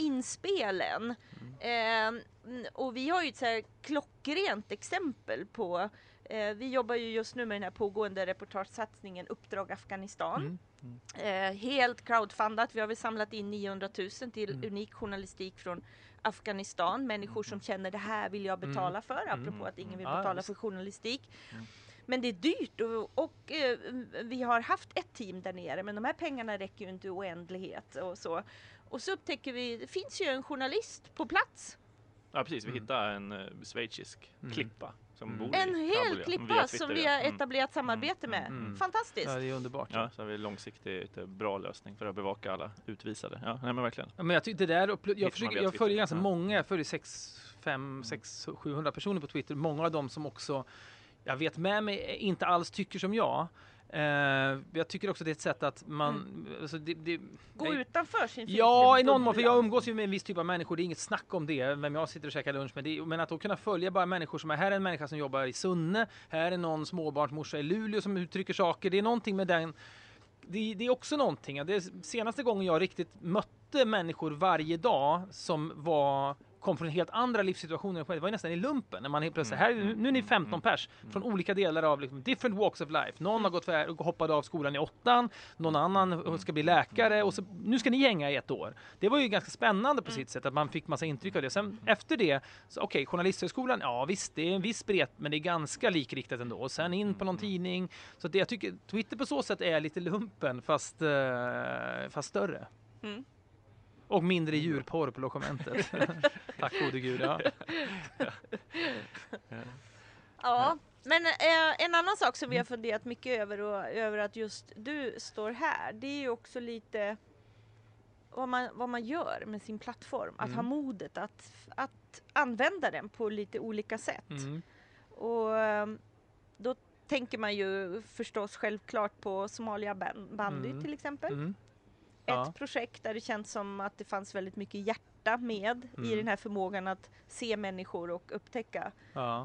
inspelen. Eh, och vi har ju ett så här klockrent exempel på, eh, vi jobbar ju just nu med den här pågående reportagesatsningen Uppdrag Afghanistan. Mm. Eh, helt crowdfundat, vi har väl samlat in niohundratusen till Mm. unik journalistik från Afghanistan, människor som känner det här vill jag betala för, apropå Mm. att ingen vill Ja, betala visst. för journalistik. Mm. Men det är dyrt, och, och eh, vi har haft ett team där nere, men de här pengarna räcker ju inte i oändlighet och så. Och så upptäcker vi, det finns ju en journalist på plats. Ja, precis. Vi Mm. hittade en uh, schweizisk Mm. klippa som Mm. bor i En Kabul, hel ja. klippa Via som Twitter, vi ja. har Mm. etablerat samarbete Mm. med. Mm. Fantastiskt! Ja, det är underbart. Ja, så har vi långsiktigt eh, bra lösning för att bevaka alla utvisade. Ja, nej men verkligen. Ja, men jag tycker det där, och pl- jag, Hittar man försöker, via jag följer Twitter. ganska Ja. många, jag följer sex, fem, sex, sjuhundra personer på Twitter. Många av dem som också, jag vet med mig, inte alls tycker som jag. Uh, jag tycker också det är ett sätt att man... Mm. Alltså det, det, Gå nej, utanför sin ja, i någon mån, för jag umgås ju med en viss typ av människor, det är inget snack om det, vem jag sitter och käkar lunch med, det, men att då kunna följa bara människor som är, här är en människa som jobbar i Sunne, här är någon småbarnsmorsa i Luleå som uttrycker saker, det är någonting med den, det, det är också någonting, det är senaste gången jag riktigt mötte människor varje dag som var... kom från helt andra livssituationer. Det var ju nästan i lumpen när man helt plötsligt, här, nu är ni femton pers från olika delar av liksom, different walks of life. Någon har gått för, hoppat av skolan i åttan, någon annan ska bli läkare och så, nu ska ni hänga i ett år. Det var ju ganska spännande på sitt sätt att man fick massa intryck av det. Sen efter det, så okej, okay, journalisthögskolan, ja visst, det är en viss brett, men det är ganska likriktat ändå. Och sen in på någon tidning. Så det, jag tycker Twitter på så sätt är lite lumpen, fast, uh, fast större. Mm. Och mindre djurporr på logementet. Tack gode gud, ja. Ja, men eh, en annan sak som vi har funderat mycket över och över att just du står här, det är ju också lite vad man, vad man gör med sin plattform. Att mm. ha modet att, att använda den på lite olika sätt. Mm. Och då tänker man ju förstås självklart på Somalia bandy mm. till exempel. Mm. Ett ja. projekt där det känns som att det fanns väldigt mycket hjärta med mm. i den här förmågan att se människor och upptäcka. Ja,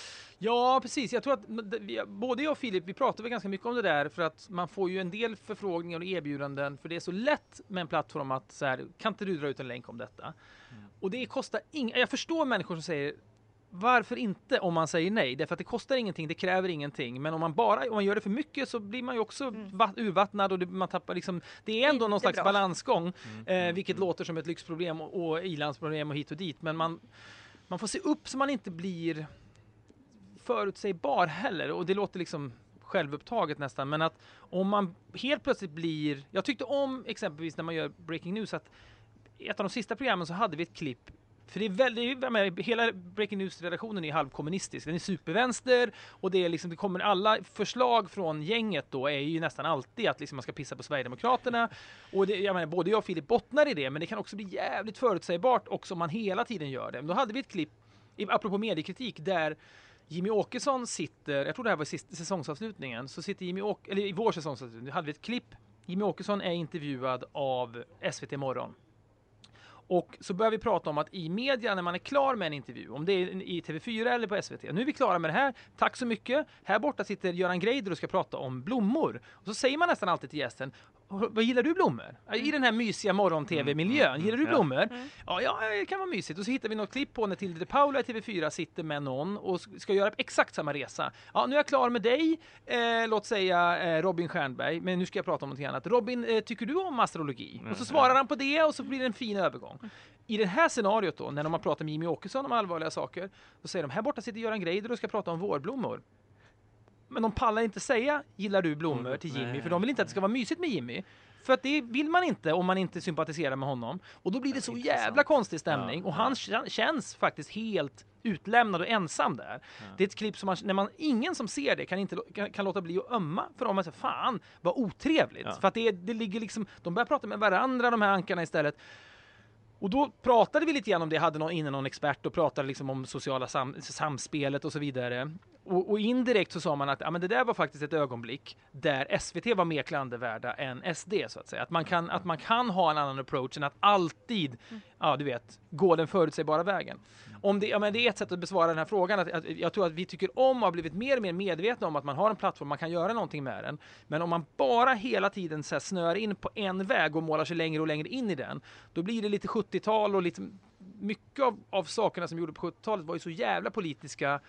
ja precis. Jag tror att vi, både jag och Filip, vi pratar väl ganska mycket om det där för att man får ju en del förfrågningar och erbjudanden för det är så lätt med en plattform att så här, kan inte du dra ut en länk om detta? Mm. Och det kostar inga, jag förstår människor som säger varför inte om man säger nej? Därför att det kostar ingenting, det kräver ingenting. Men om man bara om man gör det för mycket så blir man ju också mm. vatt, urvattnad och det, man tappar liksom, det är ändå någon slags bra. balansgång. Mm. Eh, vilket mm. låter som ett lyxproblem och, och ilandsproblem och hit och dit. Men man, man får se upp så man inte blir förutsägbar heller. Och det låter liksom självupptaget nästan. Men att om man helt plötsligt blir... Jag tyckte om exempelvis när man gör Breaking News att ett av de sista programmen så hade vi ett klipp. För det är väldigt, hela Breaking News-redaktionen är halvkommunistisk. Den är supervänster och det är liksom, det kommer alla förslag från gänget då är ju nästan alltid att liksom man ska pissa på Sverigedemokraterna. Och det, jag menar, både jag och Filip bottnar i det, men det kan också bli jävligt förutsägbart också om man hela tiden gör det. Men då hade vi ett klipp, apropå mediekritik, där Jimmy Åkesson sitter, jag tror det här var i säsongsavslutningen, så sitter Jimmy Åk, eller i vår säsongsavslutning hade vi ett klipp. Jimmy Åkesson är intervjuad av S V T Morgon. Och så börjar vi prata om att i media när man är klar med en intervju, om det är i T V fyra eller på S V T, nu är vi klara med det här, tack så mycket. Här borta sitter Göran Greider och ska prata om blommor. Och så säger man nästan alltid till gästen, vad gillar du blommor? Mm. I den här mysiga morgon-tv-miljön, gillar du blommor? Mm. Ja, ja, det kan vara mysigt. Och så hittar vi något klipp på när Tilde de Paula i T V fyra sitter med någon och ska göra exakt samma resa. Ja, nu är jag klar med dig, eh, låt säga eh, Robin Stjernberg, men nu ska jag prata om något annat. Robin, eh, tycker du om astrologi? Mm. Och så svarar han på det och så blir det en fin övergång. I det här scenariot då, när de har pratat med Jimmy Åkesson om allvarliga saker, så säger de, här borta sitter Göran Greider och ska prata om vårblommor. Men de pallar inte säga, gillar du blommor mm, till Jimmy? Nej, för de vill inte att det ska vara mysigt med Jimmy. För att det vill man inte om man inte sympatiserar med honom. Och då blir det så jävla konstig stämning. Ja, och han ja. känns faktiskt helt utlämnad och ensam där. Ja. Det är ett klipp som man, när man, ingen som ser det kan inte kan, kan låta bli att ömma för dem. Man säger, fan, vad otrevligt. Ja. För att det, det ligger liksom, de börjar prata med varandra, de här ankarna istället. Och då pratade vi lite grann om det, hade någon, inne någon expert och pratade liksom om sociala sam, samspelet och så vidare. Och, och indirekt så sa man att ja, men det där var faktiskt ett ögonblick där S V T var mer klandervärda än S D så att säga. Att man kan, att man kan ha en annan approach än att alltid, mm. ja du vet, gå den förutsägbara vägen. Om det, ja, men det är ett sätt att besvara den här frågan. Att, att, jag tror att vi tycker om och har blivit mer och mer medvetna om att man har en plattform, man kan göra någonting med den. Men om man bara hela tiden så här, snör in på en väg och målar sig längre och längre in i den, då blir det lite sjuttiotal och lite, mycket av, av sakerna som gjorde på sjuttiotalet var ju så jävla politiska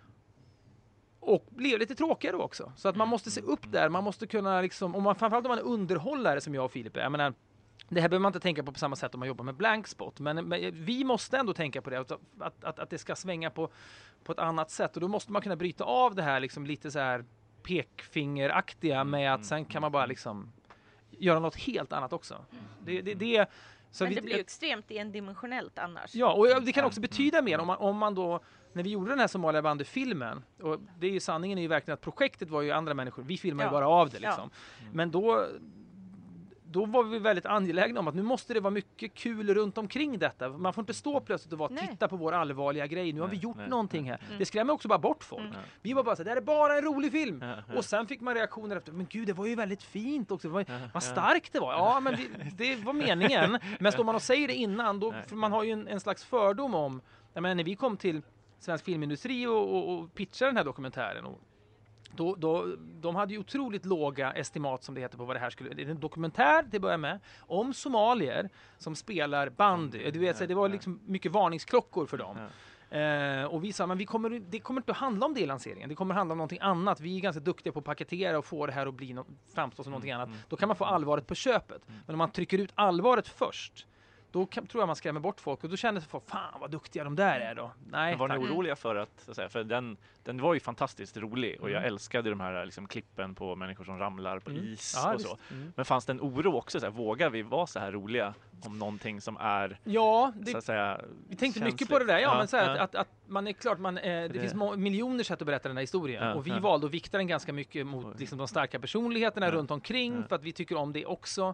och blev lite tråkigare också. Så att man måste se upp där, man måste kunna liksom, om man, framförallt om man är underhållare som jag och Filip är, jag menar, det här behöver man inte tänka på på samma sätt om man jobbar med blankspot, men, men vi måste ändå tänka på det, att, att, att, att det ska svänga på, på ett annat sätt, och då måste man kunna bryta av det här liksom lite så här pekfingeraktiga med att sen kan man bara liksom göra något helt annat också. Det, det, det, så men vi, det blir ju extremt endimensionellt annars. Ja, och det kan också betyda mer om man, om man då, när vi gjorde den här Somalia bandy-filmen, och det är ju sanningen är ju verkligen att projektet var ju andra människor, vi filmade ju ja. bara av det liksom. Ja. Men då då var vi väldigt angelägna om att nu måste det vara mycket kul runt omkring detta. Man får inte stå plötsligt och vara, titta på vår allvarliga grej. Nu har nej, vi gjort nej, någonting nej. här. Mm. Det skrämmer också bara bort folk. Mm. Vi var bara så här, det här är bara en rolig film. Ja, ja. Och sen fick man reaktioner efter, men gud, det var ju väldigt fint också. Det var, Ja, vad ja. starkt det var. Ja, men vi, det var meningen. Men står man och säger det innan, då, Nej, för man har ju en, en slags fördom om, jag menar, när vi kom till svensk filmindustri och, och, och pitchade den här dokumentären, och Då, då, de hade ju otroligt låga estimat, som det heter, på vad det här skulle... Det är en dokumentär till att börja med om somalier som spelar bandy. Du vet, så det var liksom mycket varningsklockor för dem. Ja. Eh, och vi sa, men vi kommer, det kommer inte att handla om det i lanseringen. Det kommer att handla om någonting annat. Vi är ganska duktiga på att paketera och få det här att bli no- framstå som någonting annat. mm. Då kan man få allvaret på köpet. Men om man trycker ut allvaret först, då kan, tror jag man skrämmer bort folk. Och då känner folk, fan vad duktiga de där är då. Nej, Men var ni tack. oroliga för att, så att säga, för den, den var ju fantastiskt rolig och jag Mm. älskade de här liksom, klippen på människor som ramlar på Mm. is Ja, och visst. så. Mm. Men fanns det en oro också? Så här, vågar vi vara så här roliga om någonting som är, Ja, så det, att säga, vi tänkte mycket känsligt? på det där. Ja, Ja, men så här, ja. Att, att, att man är klart, man, eh, det, det- finns må- miljoner sätt att berätta den här historien. Ja, och vi ja. valde att vikta den ganska mycket mot Oj. liksom, de starka personligheterna Ja, runt omkring, ja. för att vi tycker om det också.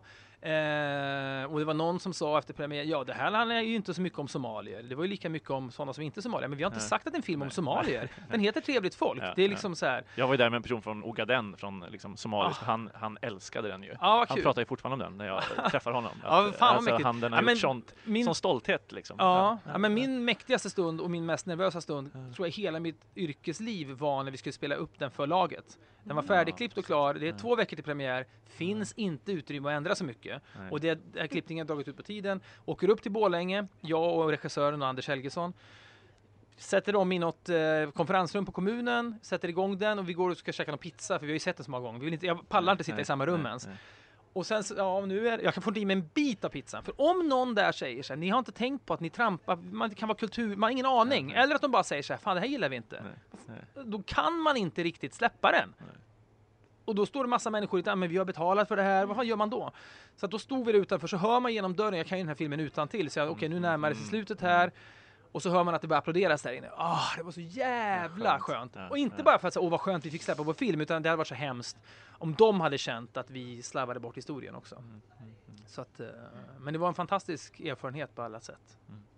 Eh, och det var någon som sa efter premiär, ja, det här handlar ju inte så mycket om somalier. Det var ju lika mycket om sådana som inte är somalier. Men vi har inte Nej. sagt att det är en film om Nej. somalier. Den heter Trevligt folk. Ja, det är ja. liksom så här. Jag var ju där med en person från Ogaden, från liksom, Somalia, Ah. han, han älskade den ju. Ja, vad Han kul. pratar ju fortfarande om den när jag träffar honom. Ja, Att, fan vad alltså, mäktigt. han den har Ja, men gjort sånt, min- som stolthet liksom. Ja, ja, men min mäktigaste stund och min mest nervösa stund tror jag hela mitt yrkesliv var när vi skulle spela upp den för laget. Den var färdigklippt och klar. Det är två veckor till premiär. Finns inte utrymme att ändra så mycket. Nej. Och det är klippningen dragit ut på tiden. Åker upp till Borlänge, jag och regissören och Anders Helgesson. Sätter dem i något eh, konferensrum på kommunen, sätter igång den och vi går och ska käka någon pizza, för vi har ju sett den så många gånger. Vi vill inte, jag pallar inte sitta i samma rum ens. Nej. Och sen, så- ja, nu är, jag kan få i mig en bit av pizzan. För om någon där säger så här, ni har inte tänkt på att ni trampar, man det kan vara kultur, man har ingen aning. Nej. Eller att de bara säger så här, fan det här gillar vi inte. Nej. Nej. Då kan man inte riktigt släppa den. Nej. Och då står det massa människor utan, men vi har betalat för det här, vad fan gör man då? Så att då stod vi där utanför, så hör man genom dörren, jag kan ju den här filmen utan till så jag, okej, nu närmar det sig slutet här. Och så hör man att det börjar applåderas där inne. Ah, det var så jävla Skönt. skönt. Ja, Och inte ja. bara för att säga, åh vad skönt vi fick släppa vår film, utan det hade varit så hemskt om de hade känt att vi slarvade bort historien också. Mm, mm, mm. Så att, eh, men det var en fantastisk erfarenhet på alla sätt.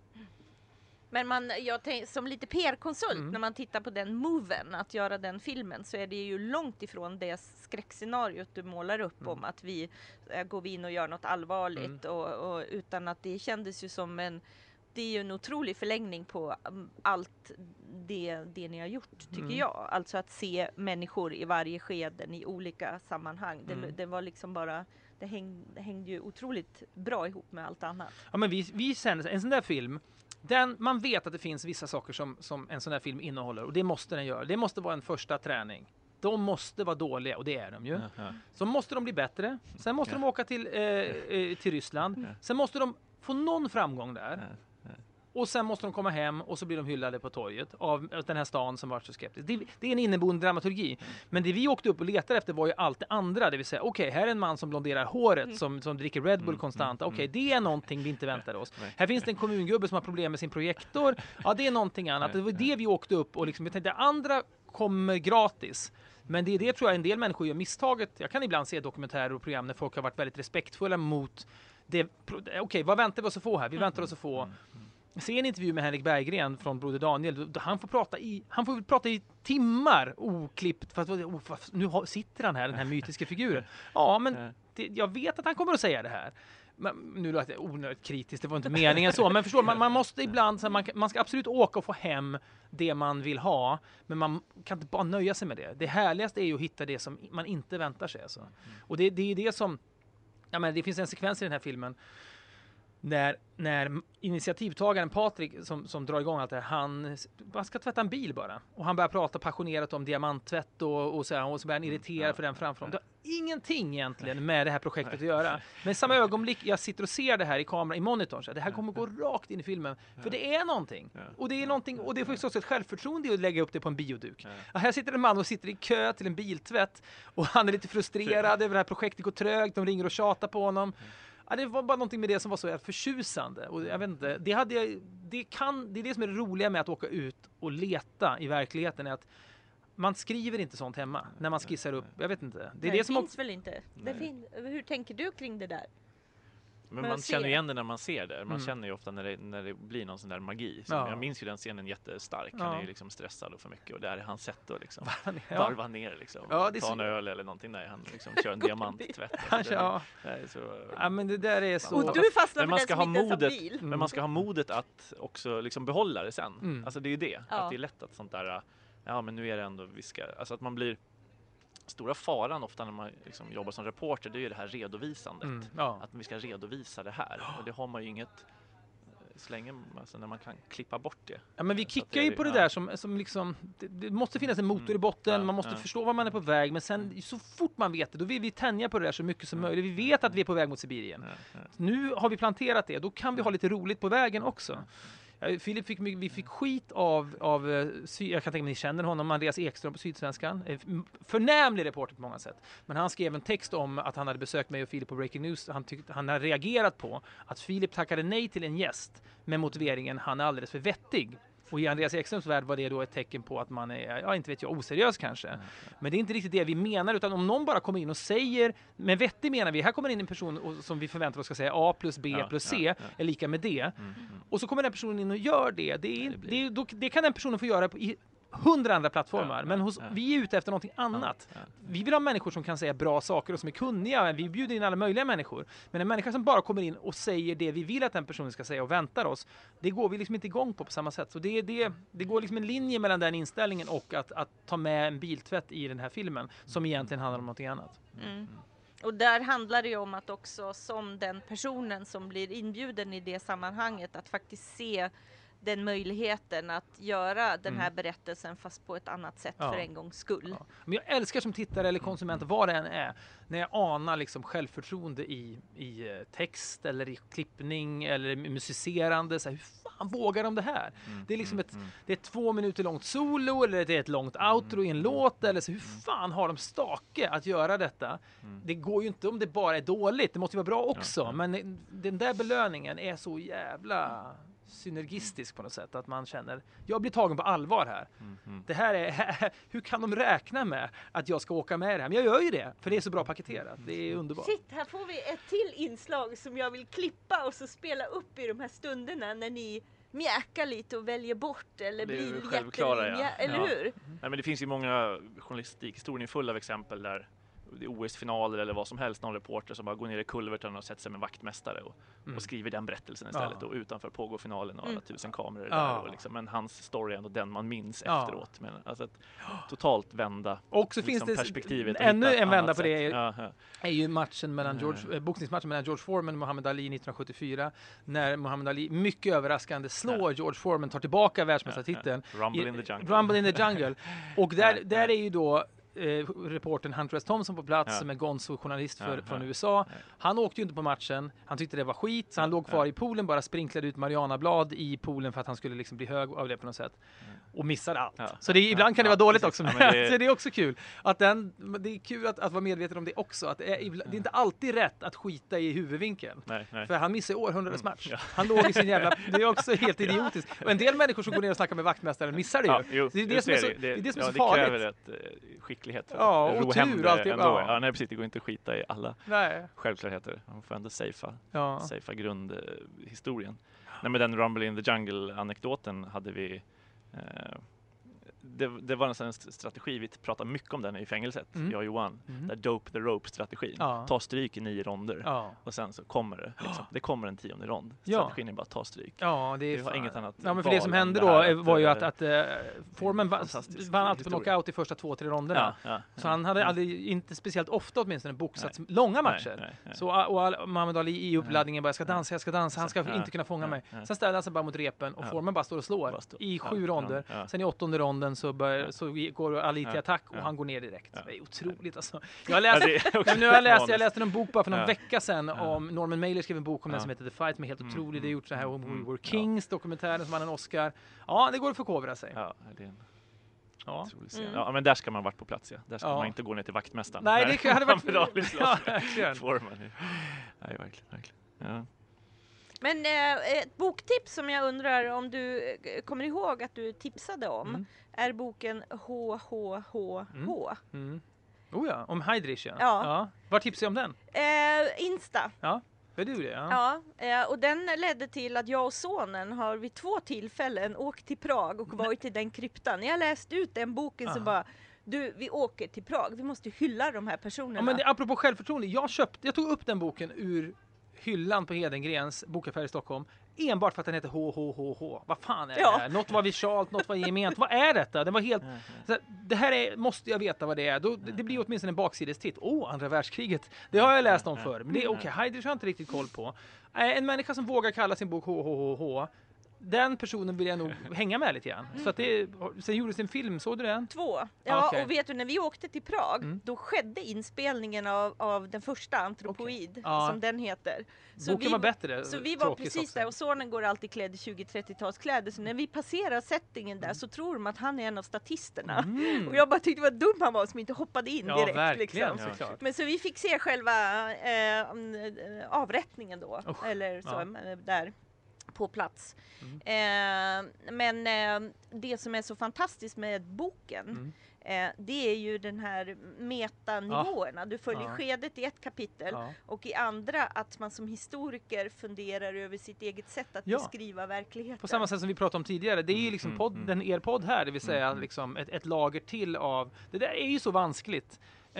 Men man, jag tänk, som lite P R-konsult, Mm. när man tittar på den moven, att göra den filmen, så är det ju långt ifrån det skräckscenariot du målar upp Mm. om att vi äh, går in och gör något allvarligt. Och, och, utan att det kändes ju som en, det är ju en otrolig förlängning på um, allt det, det ni har gjort, tycker Mm. jag. Alltså att se människor i varje skeden i olika sammanhang. Det, Mm. det var liksom bara, det hängde, det hängde ju otroligt bra ihop med allt annat. Ja, men vi, vi känner, en sån där film, den, man vet att det finns vissa saker som, som en sån där film innehåller, och det måste den göra. Det måste vara en första träning. De måste vara dåliga, och det är de ju. Ja, ja. Så måste de bli bättre. Sen måste Ja. de åka till, eh, eh, till Ryssland. Ja. Sen måste de få någon framgång där. Ja, ja. Och sen måste de komma hem och så blir de hyllade på torget av den här stan som var så skeptisk. Det, det är en inneboende dramaturgi. Men det vi åkte upp och letade efter var ju allt det andra. Det vill säga, okej, här är en man som blonderar håret, Mm. som, som dricker Red Bull Mm, konstant. mm, Okej, mm. det är någonting vi inte väntade oss. Nej. Här finns det en kommungubbe som har problem med sin projektor. Ja, det är någonting annat. Det var det vi åkte upp och liksom, vi tänkte, andra kommer gratis. Men det är det, tror jag, en del människor gör misstaget. Jag kan ibland se dokumentärer och program när folk har varit väldigt respektfulla mot det. Okej, vad väntar vi oss att få här? Vi väntar oss att få... Se en intervju med Henrik Berggren från Broder Daniel. då Han får prata i, han får prata i timmar oklippt. För att, oh, vad- nu har- sitter han här, den här mytiska figuren. Ja, men det, jag vet att han kommer att säga det här. Men, nu låter det onödigt kritiskt, det var inte meningen så. Men förstår man, man måste ibland, så här, man, man ska absolut åka och få hem det man vill ha. Men man kan inte bara nöja sig med det. Det härligaste är ju att hitta det som man inte väntar sig. Alltså. Och det, det är det som, ja, men det finns en sekvens i den här filmen när, när initiativtagaren Patrik som, som drar igång allt det här, han, han ska tvätta en bil bara. Och han börjar prata passionerat om diamanttvätt och, och, så, här, och så börjar han irritera för den framför dem. Det har ingenting egentligen med det här projektet att göra. Men i samma ögonblick jag sitter och ser det här i kameran, i monitorn, så här, det här kommer gå rakt in i filmen. För det är någonting. Och det är någonting, och det får också ett självförtroende att lägga upp det på en bioduk. Ja, här sitter en man och sitter i kö till en biltvätt och han är lite frustrerad över det här projektet går trögt, de ringer och tjatar på honom. Ja, det var bara någonting med det som var så förtjusande. Och jag vet inte, det, hade jag, det, kan, det är det som är det roliga med att åka ut och leta i verkligheten. Är att man skriver inte sånt hemma när man skissar upp, jag vet inte. Det är Nej, det det som finns också, väl inte. Det fin- hur tänker du kring det där? Men Men man se. känner ju igen det när man ser det. Man Mm. känner ju ofta när det, när det blir någon sån där magi. Som Ja. Jag minns ju den scenen jättestark. Han Ja. är ju liksom stressad och för mycket. Och där är hans sätt att liksom ja. varva ner liksom. Ja, det är Ta så- en öl eller någonting. Nej, han liksom kör en diamanttvätt. Alltså, Kanske, det, ja. det är så, Ja, men det där är så... Och du fastnar men för man den ska som ha inte ens har modet, bil. Mm. men man ska ha modet att också liksom behålla det sen. Mm. Alltså det är ju det. Ja. Att det är lätt att sånt där, ja men nu är det ändå, vi ska, alltså att man blir, stora faran ofta när man liksom jobbar som reporter, det är ju det här redovisandet. Mm, ja. Att vi ska redovisa det här. Och det har man ju inget, så länge, alltså när man kan klippa bort det. Ja, men vi Så att kickar det är- ju på det ja. där som, som liksom, det, det måste finnas en motor i botten, Ja, man måste ja. förstå var man är på väg, men sen så fort man vet det, då vill vi tänja på det där så mycket som möjligt. Vi vet att vi är på väg mot Sibirien. Ja, ja. Nu har vi planterat det, då kan vi ha lite roligt på vägen också. Ja, Filip fick, my- vi fick skit av, av eh, sy- jag kan tänka mig ni känner honom, Andreas Ekström på Sydsvenskan. Eh, m- Förnämlig reporter på många sätt. Men han skrev en text om att han hade besökt mig och Filip på Breaking News. Han, tyckte, han har reagerat på att Filip tackade nej till en gäst med motiveringen han är alldeles för vettig. Och i Andreas Ekströms värld var det då ett tecken på att man är, ja inte vet jag, oseriös kanske. Men det är inte riktigt det vi menar, utan om någon bara kommer in och säger, med vettig menar vi, här kommer in en person och, som vi förväntar oss ska säga A plus B Ja, plus C ja, ja. är lika med D. Mm, mm. Och så kommer den personen in och gör det. Det, är, det blir- det, är, då, det kan den personen få göra på, i hundra andra plattformar. Ja, ja, men hos, ja. vi är ute efter någonting annat. Ja, ja. Vi vill ha människor som kan säga bra saker och som är kunniga. Vi bjuder in alla möjliga människor. Men en människa som bara kommer in och säger det vi vill att den personen ska säga och väntar oss, det går vi liksom inte igång på på samma sätt. Så det, det, det går liksom en linje mellan den inställningen och att, att ta med en biltvätt i den här filmen som egentligen handlar om någonting annat. Mm. Och där handlar det ju om att också som den personen som blir inbjuden i det sammanhanget att faktiskt se den möjligheten att göra den här Mm. berättelsen fast på ett annat sätt Ja. för en gångs skull. Ja. Men jag älskar som tittare eller konsument, vad det än är, när jag anar liksom självförtroende i, i eh, text eller i klippning eller musicerande. Så här, hur fan vågar de det här? Mm, Det är liksom mm, ett, mm. det är ett två minuter långt solo eller det är ett långt outro i en låt. Eller så, hur fan har de stake att göra detta? Mm. Det går ju inte om det bara är dåligt. Det måste ju vara bra också. Ja, ja. Men eh, den där belöningen är så jävla synergistisk på något sätt. Att man känner, jag blir tagen på allvar här. Mm, mm. Det här är, hur kan de räkna med att jag ska åka med det här? Men jag gör ju det, för det är så bra paketerat. Det är underbart. Shit, här får vi ett till inslag som jag vill klippa och så spela upp i de här stunderna när ni mjäkar lite och väljer bort eller Det är ju blir självklara, ja. jättemjä- eller Ja. hur? Nej, men det finns ju många journalistikhistorien är full av exempel där det är O S-finaler eller vad som helst, någon reporter som bara går ner i kulverten och sätter sig med vaktmästare och, Mm. och skriver den berättelsen istället. Ja. Och utanför pågår finalen och alla Mm. tusen kameror Ja. där. Och liksom, men hans story är ändå den man minns Ja. efteråt. Men, alltså att totalt vända Och så liksom, finns det perspektivet och ännu hitta ett en vända annat på det. sätt. Ja, ja. Är ju matchen mellan Mm. George, eh, boxningsmatchen mellan George Foreman och Muhammad Ali nittonhundrasjuttiofyra. När Muhammad Ali mycket överraskande slår George Foreman, tar tillbaka världsmästartiteln. Ja, ja. Rumble I- in the jungle. Rumble in the Jungle. Och där, Ja, där ja. är ju då eh, reportern Hunter S. Thompson på plats Ja. som är Gonzo-journalist för, Ja, från ja. U S A. Ja. Han åkte ju inte på matchen. Han tyckte det var skit, så han låg kvar Ja. i poolen, bara sprinklade ut Marianablad i poolen för att han skulle liksom bli hög av det på något sätt. Och missade allt. Ja. Så det, ibland Ja, kan det ja, vara dåligt precis. också. Ja, men det- så det är också kul. Att den, det är kul att, att vara medveten om det också. Att det, är, ibland- det är inte alltid rätt att skita i huvudvinkeln. Nej, nej. För han missade århundradets Mm, match. ja. Han låg i sin jävla... Det är också helt idiotiskt. Och en del människor som går ner och snackar med vaktmästaren missar det ju. Ja, jo, det är det just som är så, det, det. är det som ja, är så det farligt. kräver ett, eh, skicklighet för Ja, att och ro tur hem och det allt det- ändå. ja. Ja, nej, precis. Det går inte att skita i alla Nej. självklarheter. Man får ändå safea, Ja. safea grundhistorien. Nej, men den Rumble in the Jungle-anekdoten hade vi... Eh, det, det var nästan en st- strategi, vi pratade mycket om den i fängelset, Mm. jag och Johan. Mm. Där dope the rope-strategin. Ja. Ta stryk i nio ronder. Ja. Och sen så kommer det. Liksom. Det kommer en tionde rond. Ja. Strategin är bara att ta stryk. Ja, det är Vi har fan- inget annat Ja, men för val det som än hände det då här eh, att, var ju eh, att, att uh, Foreman vann, fantastisk vann alltid på historia. knockout i första två, tre ronderna. Ja, ja, Så ja. han hade aldrig, inte speciellt ofta åtminstone, boxats långa matcher. Nej, nej, nej. Så, och all, Muhammad Ali i uppladdningen bara, jag ska dansa, jag ska dansa, han ska Ja, inte kunna fånga ja, mig. ja. Sen ställer han sig bara mot repen och Ja. Foreman bara står och slår Bara står. i Ja, sju ja, ronder. ja. Sen i åttonde ronden så, börjar, så går Ali till Ja, attack och ja. han går ner direkt. Ja. Det är otroligt alltså. Jag har Ja, läst, det är också Nej, nu har jag, läst, jag maniskt. läste en bok bara för någon Ja. vecka sedan Ja. om Norman Mailer skrev en bok om den Ja. som heter The Fight som är helt Mm, otrolig. Det är mm, gjort så här om mm, We Were ja. Kings, dokumentären som vann en Oscar. Ja, det går att förkovra sig. Ja, det är en Ja. otrolig scen. Mm. Ja, men där ska man varit på plats. Ja. Där ska Ja. man inte gå ner till vaktmästaren. Nej, det hade varit... Muhammad Ali slåss Ja, med verkligen. Foreman. Nej, verkligen, verkligen. Ja. Men eh, ett boktips som jag undrar om du eh, kommer ihåg att du tipsade om Mm. är boken H H H H. Mm. Oh ja, om Heidrich ja. Ja. ja. Var tipsade jag om den? Eh, Insta. Ja, är du det? Ja. Ja, eh, och den ledde till att jag och sonen har vid två tillfällen åkt till Prag och varit i den kryptan. När jag läste ut den boken så Aha. bara, du, vi åker till Prag, vi måste hylla de här personerna. Ja, men det, apropå självförtroende, jag köpte, jag tog upp den boken ur hyllan på Hedengrens bokaffär i Stockholm enbart för att den heter H H H H. Vad fan är Ja. det här? Något var vitalt, något var gement. Vad är detta? Den var helt... Så här, det här är, måste jag veta vad det är. Då, det blir åtminstone en baksidestitt. Åh, oh, andra världskriget. Det har jag läst om förr. Men det är okej, okay. Heidrich har jag inte riktigt koll på. Äh, en människa som vågar kalla sin bok H H H H, den personen vill jag nog hänga med lite grann. Så att det, sen gjordes en film, såg du den? Två. Ja, Okay. och vet du, när vi åkte till Prag, Mm. då skedde inspelningen av, av den första Antropoid, Okay. Ja. som den heter. Så Boken vi, var bättre. Så vi var Tråkigt precis också. där, och sonen går alltid klädd i tjugo-trettiotalskläder, så när vi passerar settingen där så tror de att han är en av statisterna. Mm. Och jag bara tyckte vad dum han var som inte hoppade in Ja, direkt. verkligen, Liksom. såklart. Men så vi fick se själva eh, mm, avrättningen då, Usch, eller så, ja. eh, där på plats. Mm. Eh, men eh, det som är så fantastiskt med boken, Mm. eh, det är ju den här metanivåerna. Du följer Ja. skedet i ett kapitel Ja. och i andra att man som historiker funderar över sitt eget sätt att Ja. beskriva verkligheten. På samma sätt som vi pratade om tidigare. Det är ju liksom Mm, podden, mm. er podd här, det vill säga Mm. liksom ett, ett lager till av... Det där är ju så vanskligt. Eh,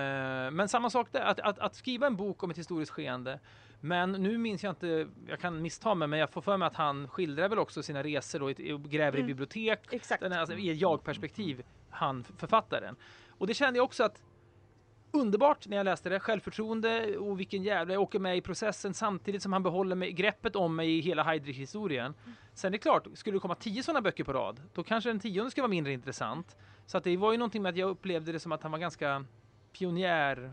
men samma sak där, att, att, att skriva en bok om ett historiskt skeende. Men nu minns jag inte, jag kan missta mig, men jag får för mig att han skildrar väl också sina resor då, i- och gräver i Mm. bibliotek. Exakt. Den här, alltså, i ett jag-perspektiv, han författaren. Och det kände jag också att underbart när jag läste det. Självförtroende och vilken jävla, jag åker med i processen samtidigt som han behåller mig, greppet om mig i hela Heidrich-historien. Sen är det klart, skulle det komma tio sådana böcker på rad, då kanske den tionde skulle vara mindre intressant. Så att det var ju någonting med att jag upplevde det som att han var ganska pionjär.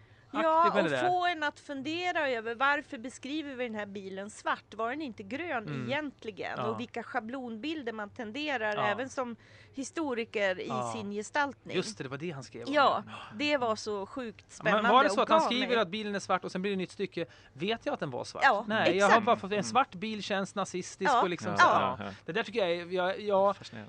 Ja, med och det där. få en att fundera över varför beskriver vi den här bilen svart? Var den inte grön Mm. egentligen? Ja. Och vilka schablonbilder man tenderar Ja. även som historiker i Ja. sin gestaltning. Just det, det var det han skrev om. Ja, det var så sjukt spännande. Men var det så och att han gav skriver mig- att bilen är svart och sen blir det ett nytt stycke? Vet jag att den var svart? Ja, Nej, jag har exakt. bara fått en svart bil känns nazistisk Ja. och liksom Ja. så. Ja. Ja. Det där tycker jag är, jag, jag Fascinerande.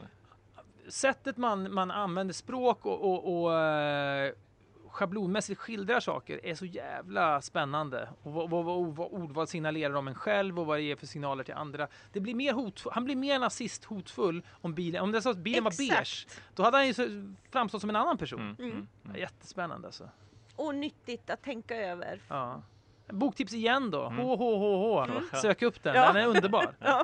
sättet man, man använder språk och, och, och eh, schablonmässigt skildrar saker är så jävla spännande. Och vad, vad, vad, vad ordval signalerar om en själv och vad det ger för signaler till andra. Det blir mer hotfull, han blir mer nazist hotfull om bilen. Om det så att bilen var Exakt. beige, då hade han ju så, framstått som en annan person. Mm. Mm. Mm. Mm. Jättespännande alltså. Och nyttigt att tänka över. Ja. Boktips igen då. Mm. H H H H. Mm. Sök upp den, Ja. den är underbar. Ja.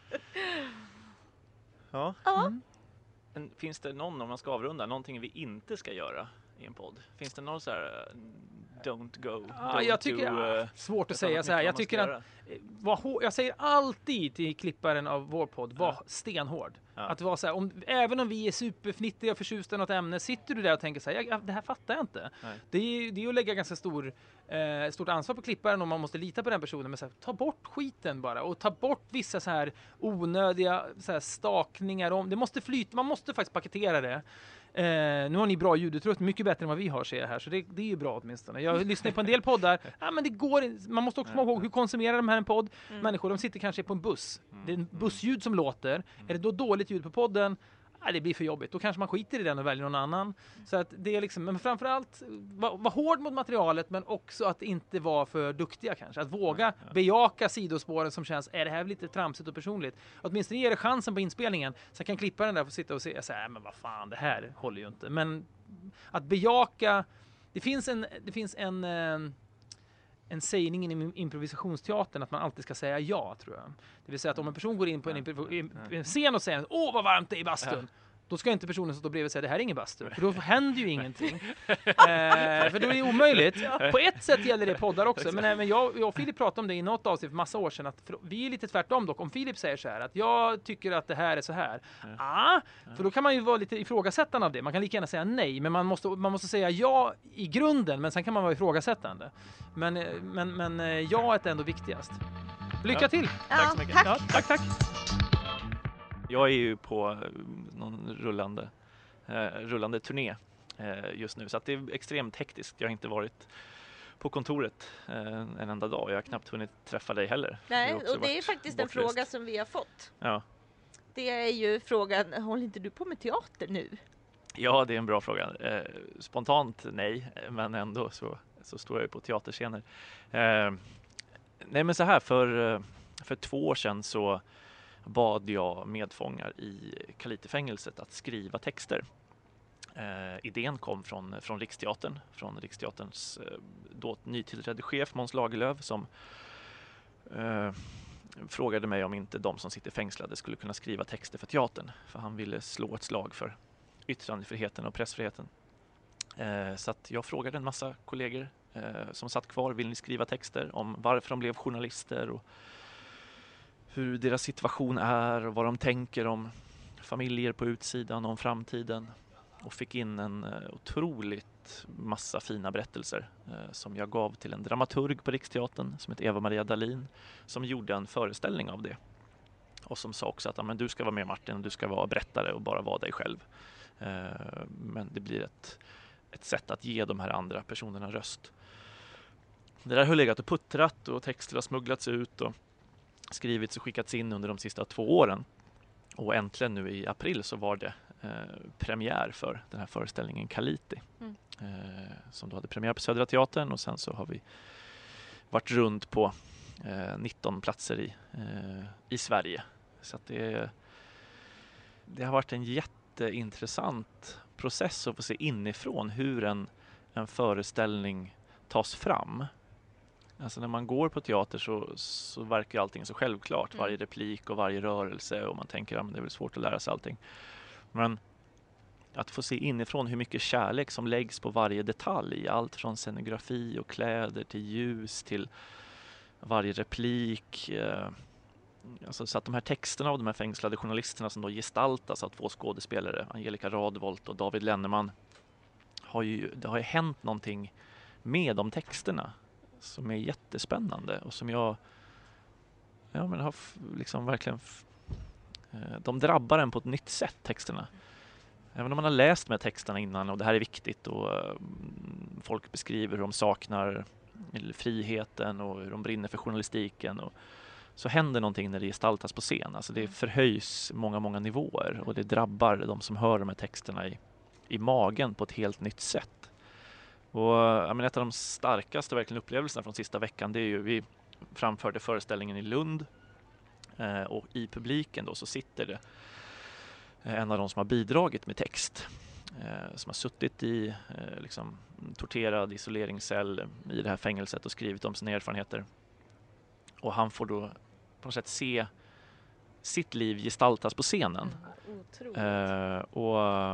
Ja. Ja. Mm. Men finns det någon, om man ska avrunda, någonting vi inte ska göra i en podd? Finns det någon så här uh, don't go, Ja, don't jag tycker, do, ja, uh, svårt att utan säga något så här. nytt Jag man tycker ska att göra? var hår, jag säger alltid till klipparen av vår podd, var Ja. stenhård. Ja. Att vara så här, om, även om vi är superfnittiga och förtjusta i något ämne, sitter du där och tänker så här, jag, det här fattar jag inte. Nej. Det är ju det är ju att lägga ganska stor, eh, stort ansvar på klipparen om man måste lita på den personen. Men så här, ta bort skiten bara och ta bort vissa så här onödiga så här stakningar. Om, det måste flyta, man måste faktiskt paketera det. Eh, nu har ni bra ljudutrustning, mycket bättre än vad vi har ser jag här, så det, det är ju bra åtminstone. Jag lyssnar på en del poddar, ja, men det går inte. Man måste också komma ihåg hur konsumerar de här en podd. Mm. Människor, de sitter kanske på en buss. Mm. Det är en bussljud som låter. Är det då dåligt ljud på podden? Nej, det blir för jobbigt. Då kanske man skiter i den och väljer någon annan. Så att det är liksom, men framförallt var, var hård mot materialet, men också att inte vara för duktiga kanske. Att våga Ja, ja. bejaka sidospåren som känns, är det här lite tramsigt och personligt? Åtminstone ger det chansen på inspelningen. Sen kan klipparen där få sitta och se, så här, men vad fan, det här håller ju inte. Men att bejaka, det finns en, det finns en, eh, en sägning i improvisationsteatern att man alltid ska säga ja, tror jag. Det vill säga att om en person går in på en, improv- in- en scen och säger, åh vad varmt det är i bastun. Då ska inte personen som står bredvid säga, det här är ingen bastu. För då händer ju ingenting. eh, för då är det omöjligt. På ett sätt gäller det poddar också. Men även jag, jag och Filip pratade om det i något avsnitt för massa år sedan. Att för, vi är lite tvärtom dock. Om Filip säger så här, att jag tycker att det här är så här. Ja. Ah, för då kan man ju vara lite ifrågasättande av det. Man kan lika gärna säga nej. Men man måste, man måste säga ja i grunden. Men sen kan man vara ifrågasättande. Men, eh, men, men eh, ja är ändå viktigast. Lycka Ja. till! Tack så mycket. Tack. Ja, tack, tack! Jag är ju på eh, någon rullande, eh, rullande turné eh, just nu, så att det är extremt hektiskt. Jag har inte varit på kontoret eh, en enda dag. Jag har knappt hunnit träffa dig heller. Nej, också och det är varit faktiskt en bortrest. fråga som vi har fått. Ja. Det är ju frågan, håller inte du på med teater nu? Ja, det är en bra fråga. Eh, spontant nej, men ändå så, så står jag ju på teaterscener. Eh, nej, men så här, för, för två år sedan så bad jag medfångar i Kalite-fängelset att skriva texter. Eh, idén kom från, från Riksteatern, från Riksteaterns eh, då nytillträdde chef Måns Lagerlöf som eh, frågade mig om inte de som sitter fängslade skulle kunna skriva texter för teatern. För han ville slå ett slag för yttrandefriheten och pressfriheten. Eh, så att jag frågade en massa kollegor eh, som satt kvar, vill ni skriva texter om varför de blev journalister och hur deras situation är och vad de tänker om familjer på utsidan, om framtiden. Och fick in en eh, otroligt massa fina berättelser eh, som jag gav till en dramaturg på Riksteatern som heter Eva-Maria Dahlin som gjorde en föreställning av det. Och som sa också att ja, men du ska vara med Martin och du ska vara berättare och bara vara dig själv. Eh, men det blir ett, ett sätt att ge de här andra personerna röst. Det där har legat och puttrat och texter har smugglats ut och skrivits och skickats in under de sista två åren. Och äntligen nu i april så var det eh, premiär för den här föreställningen Kalite. Mm. Eh, som då hade premiär på Södra Teatern och sen så har vi varit runt på eh, nitton platser i, eh, i Sverige. Så att det, det har varit en jätteintressant process att få se inifrån hur en, en föreställning tas fram. Alltså när man går på teater så, så verkar allting så självklart. Mm. Varje replik och varje rörelse och man tänker att ja, det är väl svårt att lära sig allting. Men att få se inifrån hur mycket kärlek som läggs på varje detalj. Allt från scenografi och kläder till ljus till varje replik. Eh, alltså så att de här texterna av de här fängslade journalisterna som då gestaltas av två skådespelare, Angelica Radvolt och David Lenneman. Har ju, det har ju hänt någonting med de texterna som är jättespännande och som jag ja, men har liksom verkligen de drabbar en på ett nytt sätt, texterna. Även om man har läst med texterna innan och det här är viktigt och folk beskriver hur de saknar friheten och hur de brinner för journalistiken och så händer någonting när det gestaltas på scen. Alltså det förhöjs många, många nivåer och det drabbar de som hör de här texterna i, i magen på ett helt nytt sätt. Och jag menar, ett av de starkaste verkligen upplevelserna från sista veckan, det är ju vi framförde föreställningen i Lund eh, och i publiken då så sitter det en av de som har bidragit med text eh, som har suttit i eh, liksom torterad isoleringscell i det här fängelset och skrivit om sina erfarenheter. Och han får då på något sätt se sitt liv gestaltas på scenen. Mm, eh, och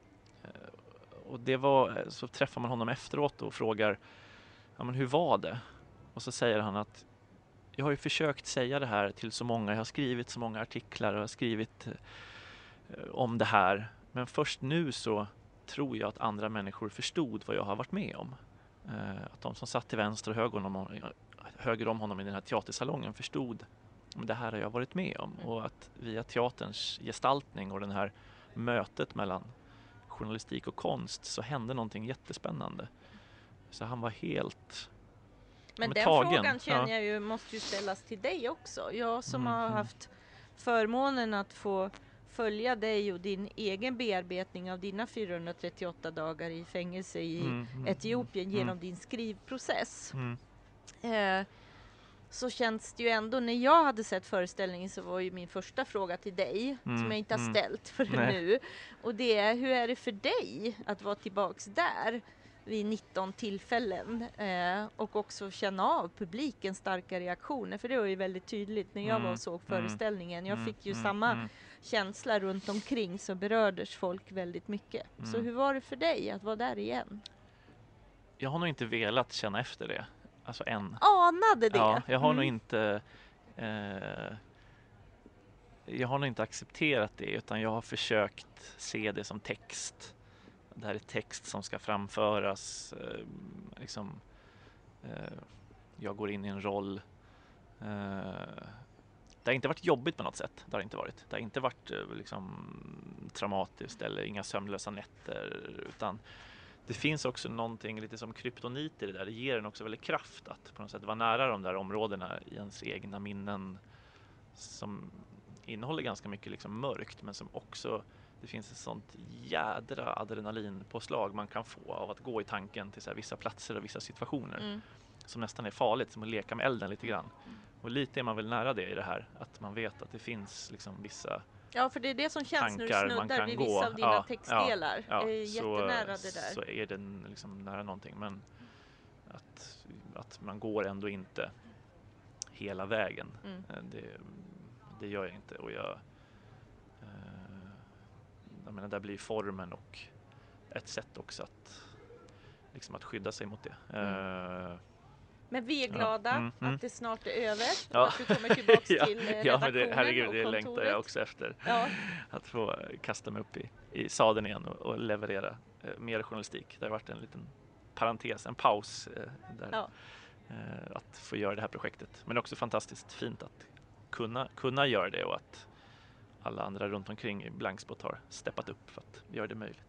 Och det var, så träffar man honom efteråt och frågar ja, men hur var det? Och så säger han att jag har ju försökt säga det här till så många. Jag har skrivit så många artiklar och jag har skrivit eh, om det här. Men först nu så tror jag att andra människor förstod vad jag har varit med om. Eh, att de som satt till vänster och höger om, höger om honom i den här teatersalongen förstod att det här har jag varit med om. Och att via teaterns gestaltning och den här mötet mellan journalistik och konst så hände någonting jättespännande. Så han var helt Men den tagen. Frågan känner ja. jag ju måste ju ställas till dig också. Jag som mm, har mm. haft förmånen att få följa dig och din egen bearbetning av dina fyrahundratrettioåtta dagar i fängelse i mm, mm, Etiopien mm, genom din skrivprocess. Mm. Eh, så känns det ju ändå, när jag hade sett föreställningen så var ju min första fråga till dig Mm, som jag inte har mm. ställt förrän Nej. nu. Och det är, hur är det för dig att vara tillbaks där vid nitton tillfällen eh, och också känna av publikens starka reaktioner? För det var ju väldigt tydligt när jag Mm, var och såg mm, föreställningen. Jag mm, fick ju mm, samma mm. känsla runt omkring, så berördes folk väldigt mycket. Mm. Så hur var det för dig att vara där igen? Jag har nog inte velat känna efter det. Alltså än. Anade det? Ja, jag har Mm. nog inte eh, jag har nog inte accepterat det, utan jag har försökt se det som text. Det här är text som ska framföras. Eh, liksom, eh, jag går in i en roll. Eh, det har inte varit jobbigt på något sätt. Det har inte varit. Det har inte varit eh, liksom, traumatiskt eller inga sömnlösa nätter, utan det finns också någonting lite som kryptonit i det där. Det ger en också väldigt kraft att på något sätt vara nära de där områdena i ens egna minnen som innehåller ganska mycket liksom mörkt, men som också, det finns ett sånt jädra adrenalinpåslag man kan få av att gå i tanken till så här vissa platser och vissa situationer Mm. som nästan är farligt, som att leka med elden lite grann. Och lite är man väl nära det i det här, att man vet att det finns liksom vissa Ja, för det är det som känns när du tankar man snuddar kan vid gå. vissa av dina Ja, textdelar. ja, Det är så, jättenära det där. så är den liksom nära någonting, men att, att man går ändå inte hela vägen. Mm. Det, det gör jag inte, och jag eh, jag menar, där blir formen och ett sätt också att liksom att skydda sig mot det. Mm. Eh, Men vi är glada Ja, mm, mm. att det snart är över. Ja. Och att du kommer tillbaka ja, till eh, ja, redaktionen men det, herregud, och det kontoret. längtar jag också efter. Ja. Att få kasta mig upp i, i sadeln igen och, och leverera eh, mer journalistik. Det har varit en liten parentes, en paus eh, där. Ja. Eh, att få göra det här projektet. Men också fantastiskt fint att kunna, kunna göra det, och att alla andra runt omkring i Blankspot har steppat upp för att göra det möjligt.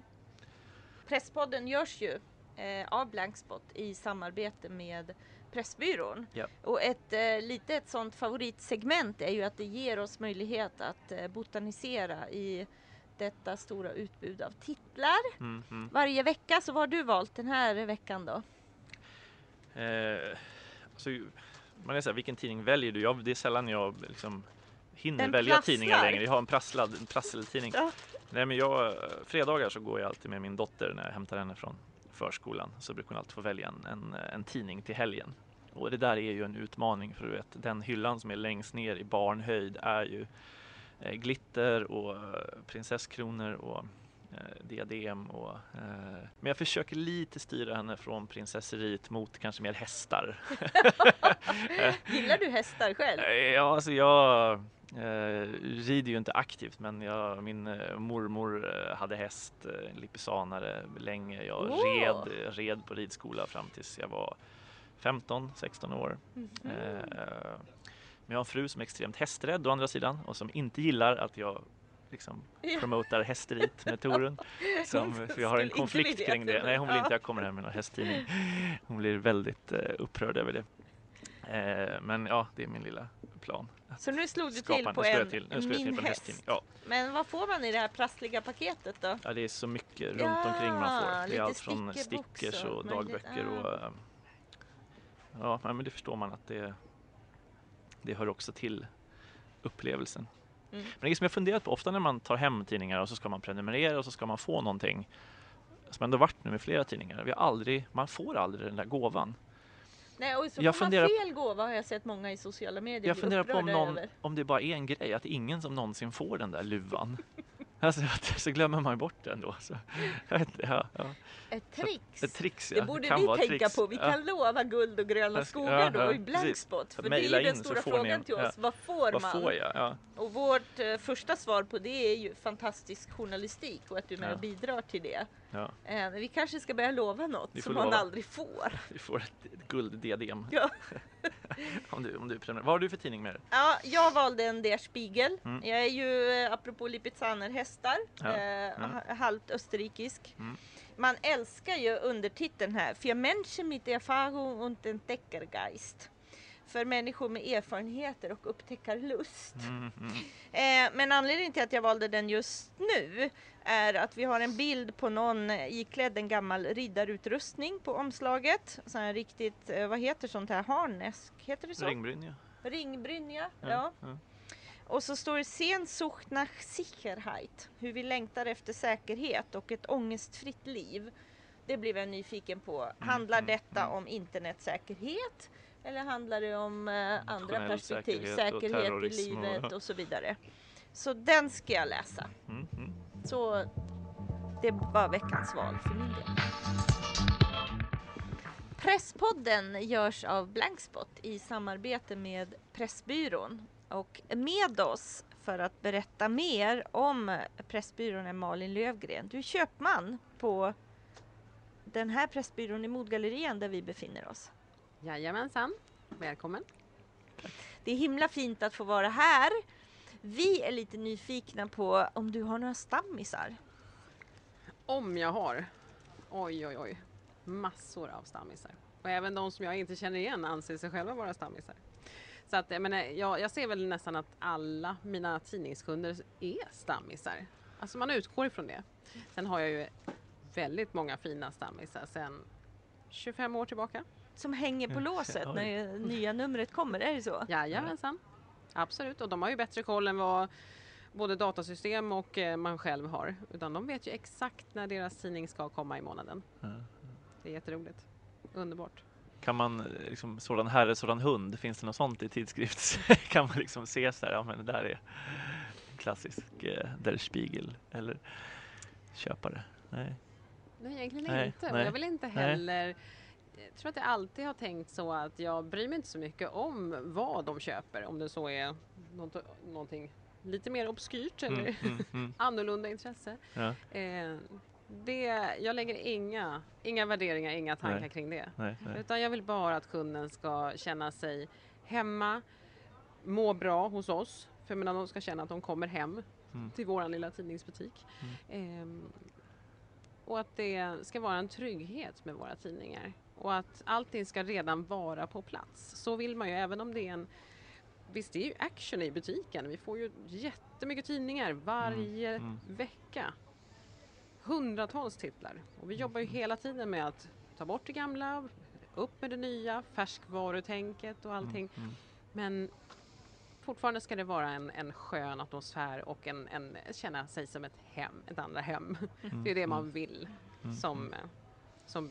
Presspodden görs ju eh, av Blankspot i samarbete med Pressbyrån. Ja. Och ett eh, lite ett sånt favoritsegment är ju att det ger oss möjlighet att eh, botanisera i detta stora utbud av titlar. Mm, mm. Varje vecka, så vad har du valt den här veckan då? Eh, alltså, man är så här, vilken tidning väljer du? Jag, det är sällan jag liksom hinner Den välja prasslar. tidningar längre. Jag har en prasslad, en prasseltidning. Ja. Nej, men jag, fredagar så går jag alltid med min dotter när jag hämtar henne från förskolan. Så brukar hon alltid få välja en, en, en tidning till helgen. Och det där är ju en utmaning, för du vet, den hyllan som är längst ner i barnhöjd är ju eh, glitter och eh, prinsesskronor och eh, diadem. Och, eh, men jag försöker lite styra henne från prinsesseriet mot kanske mer hästar. Gillar du hästar själv? Eh, Ja, alltså jag eh, rider ju inte aktivt, men jag, min eh, mormor eh, hade häst, eh, lippisanare länge. Jag Åh! red, red på ridskola fram tills jag var femton sexton år. Mhm. Eh, men jag har en fru som är extremt hästrädd å andra sidan, och som inte gillar att jag liksom Ja. promotar hästrit med Torun. Som, för jag har en Skulle inte konflikt vilja kring det. att- Nej, hon vill Ja. inte jag kommer hem med någon hästtidning. Hon blir väldigt eh, upprörd över det. Eh, men ja, det är min lilla plan. Så nu slog du Skapa till en- på nu slår jag en till, nu slår jag till min på en häst. hästtidning. Ja. Men vad får man i det här prassliga paketet då? Ja, det är så mycket runt Ja, omkring man får. Det lite är allt från stickerbox stickers och och möjligt- dagböcker ah. och eh, ja, men det förstår man att det det hör också till upplevelsen. Mm. Men det som jag funderat på ofta när man tar hem tidningar och så ska man prenumerera och så ska man få någonting som ändå varit nu med flera tidningar. Vi har aldrig, man får aldrig den där gåvan. Nej, och så Jag får man funderar- fel gåva har jag sett många i sociala medier Jag bli funderar på om, upprörda någon, över. om det bara är en grej, att ingen som någonsin får den där luvan. Alltså, så glömmer man ju bort den då. Så, jag vet, inte, ja, ja. Ett trix. Ett trix, ja. Det borde kan vi vara ett tänka trix. på. Vi Ja. kan lova guld och gröna Jag ska- skogar ja, då ja, i Blankspot. precis. För det är Mejla ju den in så stora får ni frågan en- till oss. ja. Vad får Vad man? får jag? Ja. Och vårt eh, första svar på det är ju fantastisk journalistik och att du är med Ja. och bidrar till det. Ja. Eh, men vi kanske ska börja lova något Vi får som man lova. aldrig får. Du får ett, ett gulddiadem. Ja. om du, om du prenumererar. Vad har du för tidning med dig? Ja, jag valde en Der Spiegel. Mm. Jag är ju, eh, apropå Lipizzaner hästar, Ja. eh, Mm. ha- halvt österrikisk. Mm. Man älskar ju undertiteln här, Für Menschen mit Erfahrung und Entdeckergeist. För människor med erfarenheter och upptäckarlust. Mm, mm. Eh, men anledningen till att jag valde den just nu är att vi har en bild på någon iklädd en gammal riddarutrustning på omslaget. Sån här riktigt, eh, vad heter sånt här, harnesk, heter det så? Ringbrynja. Ringbrynja, ja. Ja, ja. Och så står det Sehnsucht nach Sicherheit, hur vi längtar efter säkerhet och ett ångestfritt liv. Det blev jag nyfiken på. Handlar mm, detta mm. om internetsäkerhet eller handlar det om eh, andra Nationell perspektiv, säkerhet och säkerhet i terrorism och- livet och så vidare. Så den ska jag läsa. Mm, mm. Så det var veckans val för min del. Presspodden görs av Blankspot i samarbete med Pressbyrån. Och med oss för att berätta mer om Pressbyrån är Malin Lövgren. Du är köpman på den här Pressbyrån i Modgallerian där vi befinner oss. Jajamensan, välkommen. Det är himla fint att få vara här. Vi är lite nyfikna på om du har några stammisar. Om jag har. Oj, oj, oj. Massor av stammisar. Och även de som jag inte känner igen anser sig själva vara stammisar. Så att, jag, menar, jag, jag ser väl nästan att alla mina tidningskunder är stammisar. Alltså man utgår ifrån det. Sen har jag ju väldigt många fina stammisar sen tjugofem år tillbaka. Som hänger på låset Oj. när nya numret kommer, är det så? Jajamensan. Absolut. Och de har ju bättre koll än vad både datasystem och eh, man själv har. Utan de vet ju exakt när deras tidning ska komma i månaden. Mm. Det är jätteroligt. Underbart. Kan man liksom, sådan herre, sådan hund, finns det något sånt i tidskrift? Kan man liksom se så här, ja men det där är klassisk eh, Der Spiegel eller köpare? Nej. Nej, egentligen Nej, inte. Och nej, jag vill inte heller... Jag tror att jag alltid har tänkt så att jag bryr mig inte så mycket om vad de köper. Om det så är något, någonting lite mer obskyrt eller Mm, mm, mm. annorlunda intresse. Ja, Eh, det, jag lägger inga, inga värderingar, inga tankar Nej. kring det. nej, nej. Utan jag vill bara att kunden ska känna sig hemma, må bra hos oss. För jag menar, de ska känna att de kommer hem Mm. till våran lilla tidningsbutik. Ehm, och att det ska vara en trygghet med våra tidningar. Och att allting ska redan vara på plats. Så vill man ju, även om det är en... Visst, det är ju action i butiken. Vi får ju jättemycket tidningar varje Mm, mm. vecka. Hundratals titlar. Och vi jobbar ju hela tiden med att ta bort det gamla, upp med det nya, färskvarutänket och allting. Mm, mm. Men fortfarande ska det vara en, en skön atmosfär och en, en, känna sig som ett hem, ett andra hem. Mm, Det är det mm. man vill Mm, som, mm. eh, som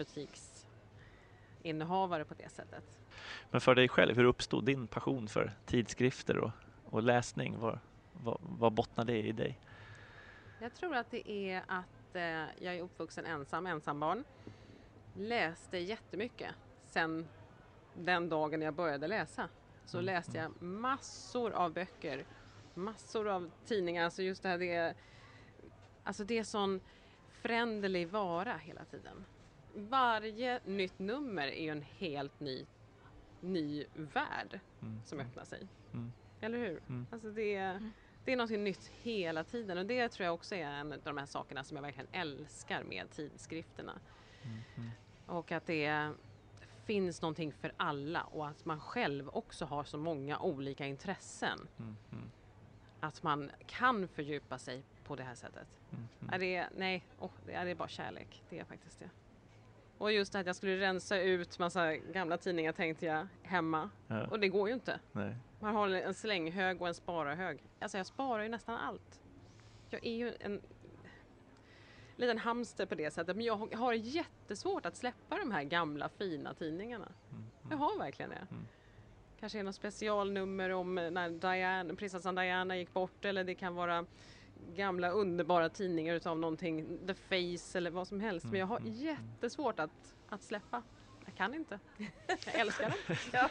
butiksinnehavare på det sättet. Men för dig själv, hur uppstod din passion för tidskrifter och, och läsning? Vad, vad, vad bottnar det i dig? Jag tror att det är att eh, jag är uppvuxen ensam, ensambarn. Läste jättemycket sen den dagen jag började läsa. Så Mm, läste jag massor av böcker, massor av tidningar. Alltså just det här, det är, alltså det är sån föränderlig vara hela tiden. Varje nytt nummer är ju en helt ny, ny värld Mm, som mm, öppnar sig. mm, Eller hur? mm. Alltså det, Mm. det är något nytt hela tiden och det tror jag också är en av de här sakerna som jag verkligen älskar med tidskrifterna. Mm, mm. Och att det finns någonting för alla och att man själv också har så många olika intressen. Mm, mm, Att man kan fördjupa sig på det här sättet. mm, Är mm. det, nej, oh, det är det bara kärlek. Det är faktiskt det. Och just det att jag skulle rensa ut massa gamla tidningar tänkte jag hemma. Ja, Och det går ju inte. nej. Man har en slänghög och en spararhög. Alltså jag sparar ju nästan allt. Jag är ju en liten hamster på det sättet. Men jag har jättesvårt att släppa de här gamla fina tidningarna. Mm, Jag mm. har verkligen det. Mm. Kanske är något specialnummer om när Diana, prinsessan Diana gick bort. Eller det kan vara gamla underbara tidningar utav någonting. The Face eller vad som helst. Men jag har Mm, mm, jättesvårt att, att släppa. Jag kan inte. Jag älskar dem. Ja.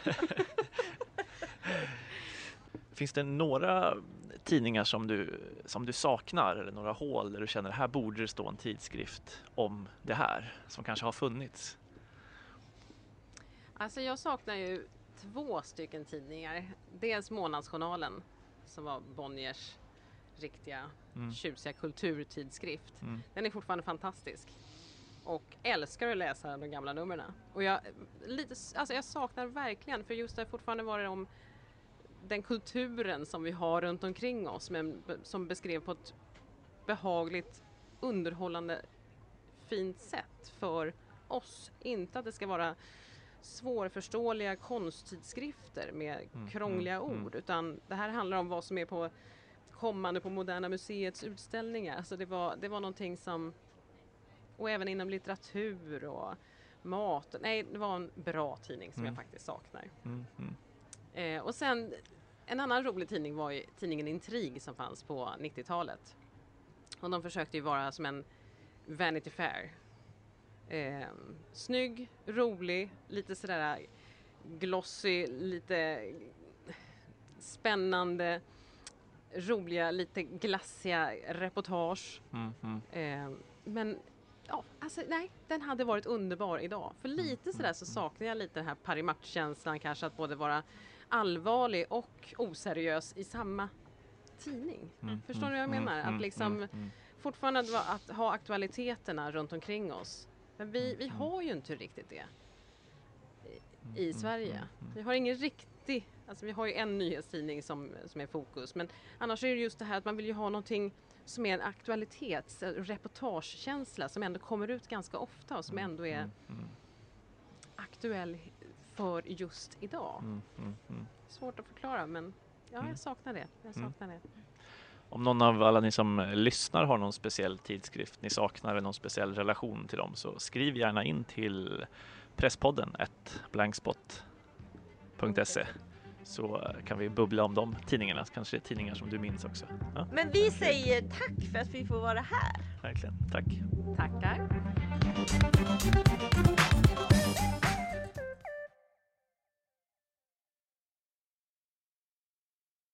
Finns det några tidningar som du, som du saknar eller några hål där du känner här borde det stå en tidskrift om det här som kanske har funnits? Alltså jag saknar ju två stycken tidningar. Dels Månadsjournalen som var Bonniers riktiga Mm. tjusiga kulturtidskrift. Mm. Den är fortfarande fantastisk. Och älskar att läsa de gamla numren. Och jag, lite, alltså jag saknar verkligen, för just det fortfarande var det om den kulturen som vi har runt omkring oss, men som beskrev på ett behagligt, underhållande, fint sätt för oss. Inte att det ska vara svårförståeliga konsttidskrifter med Mm, krångliga mm, mm. ord, utan det här handlar om vad som är på kommande på Moderna Museets utställningar. Alltså det var, det var någonting som, och även inom litteratur och mat. Nej, det var en bra tidning som Mm. jag faktiskt saknar. Mm. Mm. Eh, och sen en annan rolig tidning var ju tidningen Intrig som fanns på nittiotalet. Och de försökte ju vara som en Vanity Fair. Eh, snygg, rolig, lite sådär glossy, lite spännande, roliga, lite glassiga reportage. Mm. Mm. Eh, men ja, alltså nej, den hade varit underbar idag. För lite sådär så saknar jag lite den här parimatkänslan kanske, att både vara allvarlig och oseriös i samma tidning. Mm. Förstår ni vad jag menar? Att liksom Mm. Mm. fortfarande att, vara- att ha aktualiteterna runt omkring oss, Men vi, vi har ju inte riktigt det i, i Sverige. Vi har ingen riktig, alltså vi har ju en nyhetstidning som, som är fokus, men annars är det just det här att man vill ju ha någonting som är en aktualitets, reportagekänsla som ändå kommer ut ganska ofta och som ändå är Mm, mm, aktuell för just idag. mm, mm, mm. Svårt att förklara, men ja, Mm. jag saknar det. Jag Mm. saknar det. Om någon av alla ni som lyssnar har någon speciell tidskrift ni saknar eller någon speciell relation till dem, så skriv gärna in till presspodden at blankspot punkt se, så kan vi bubbla om de tidningarna. Kanske det är tidningar som du minns också. Ja, Men vi säger tack för att vi får vara här. verkligen. Tack. Tackar.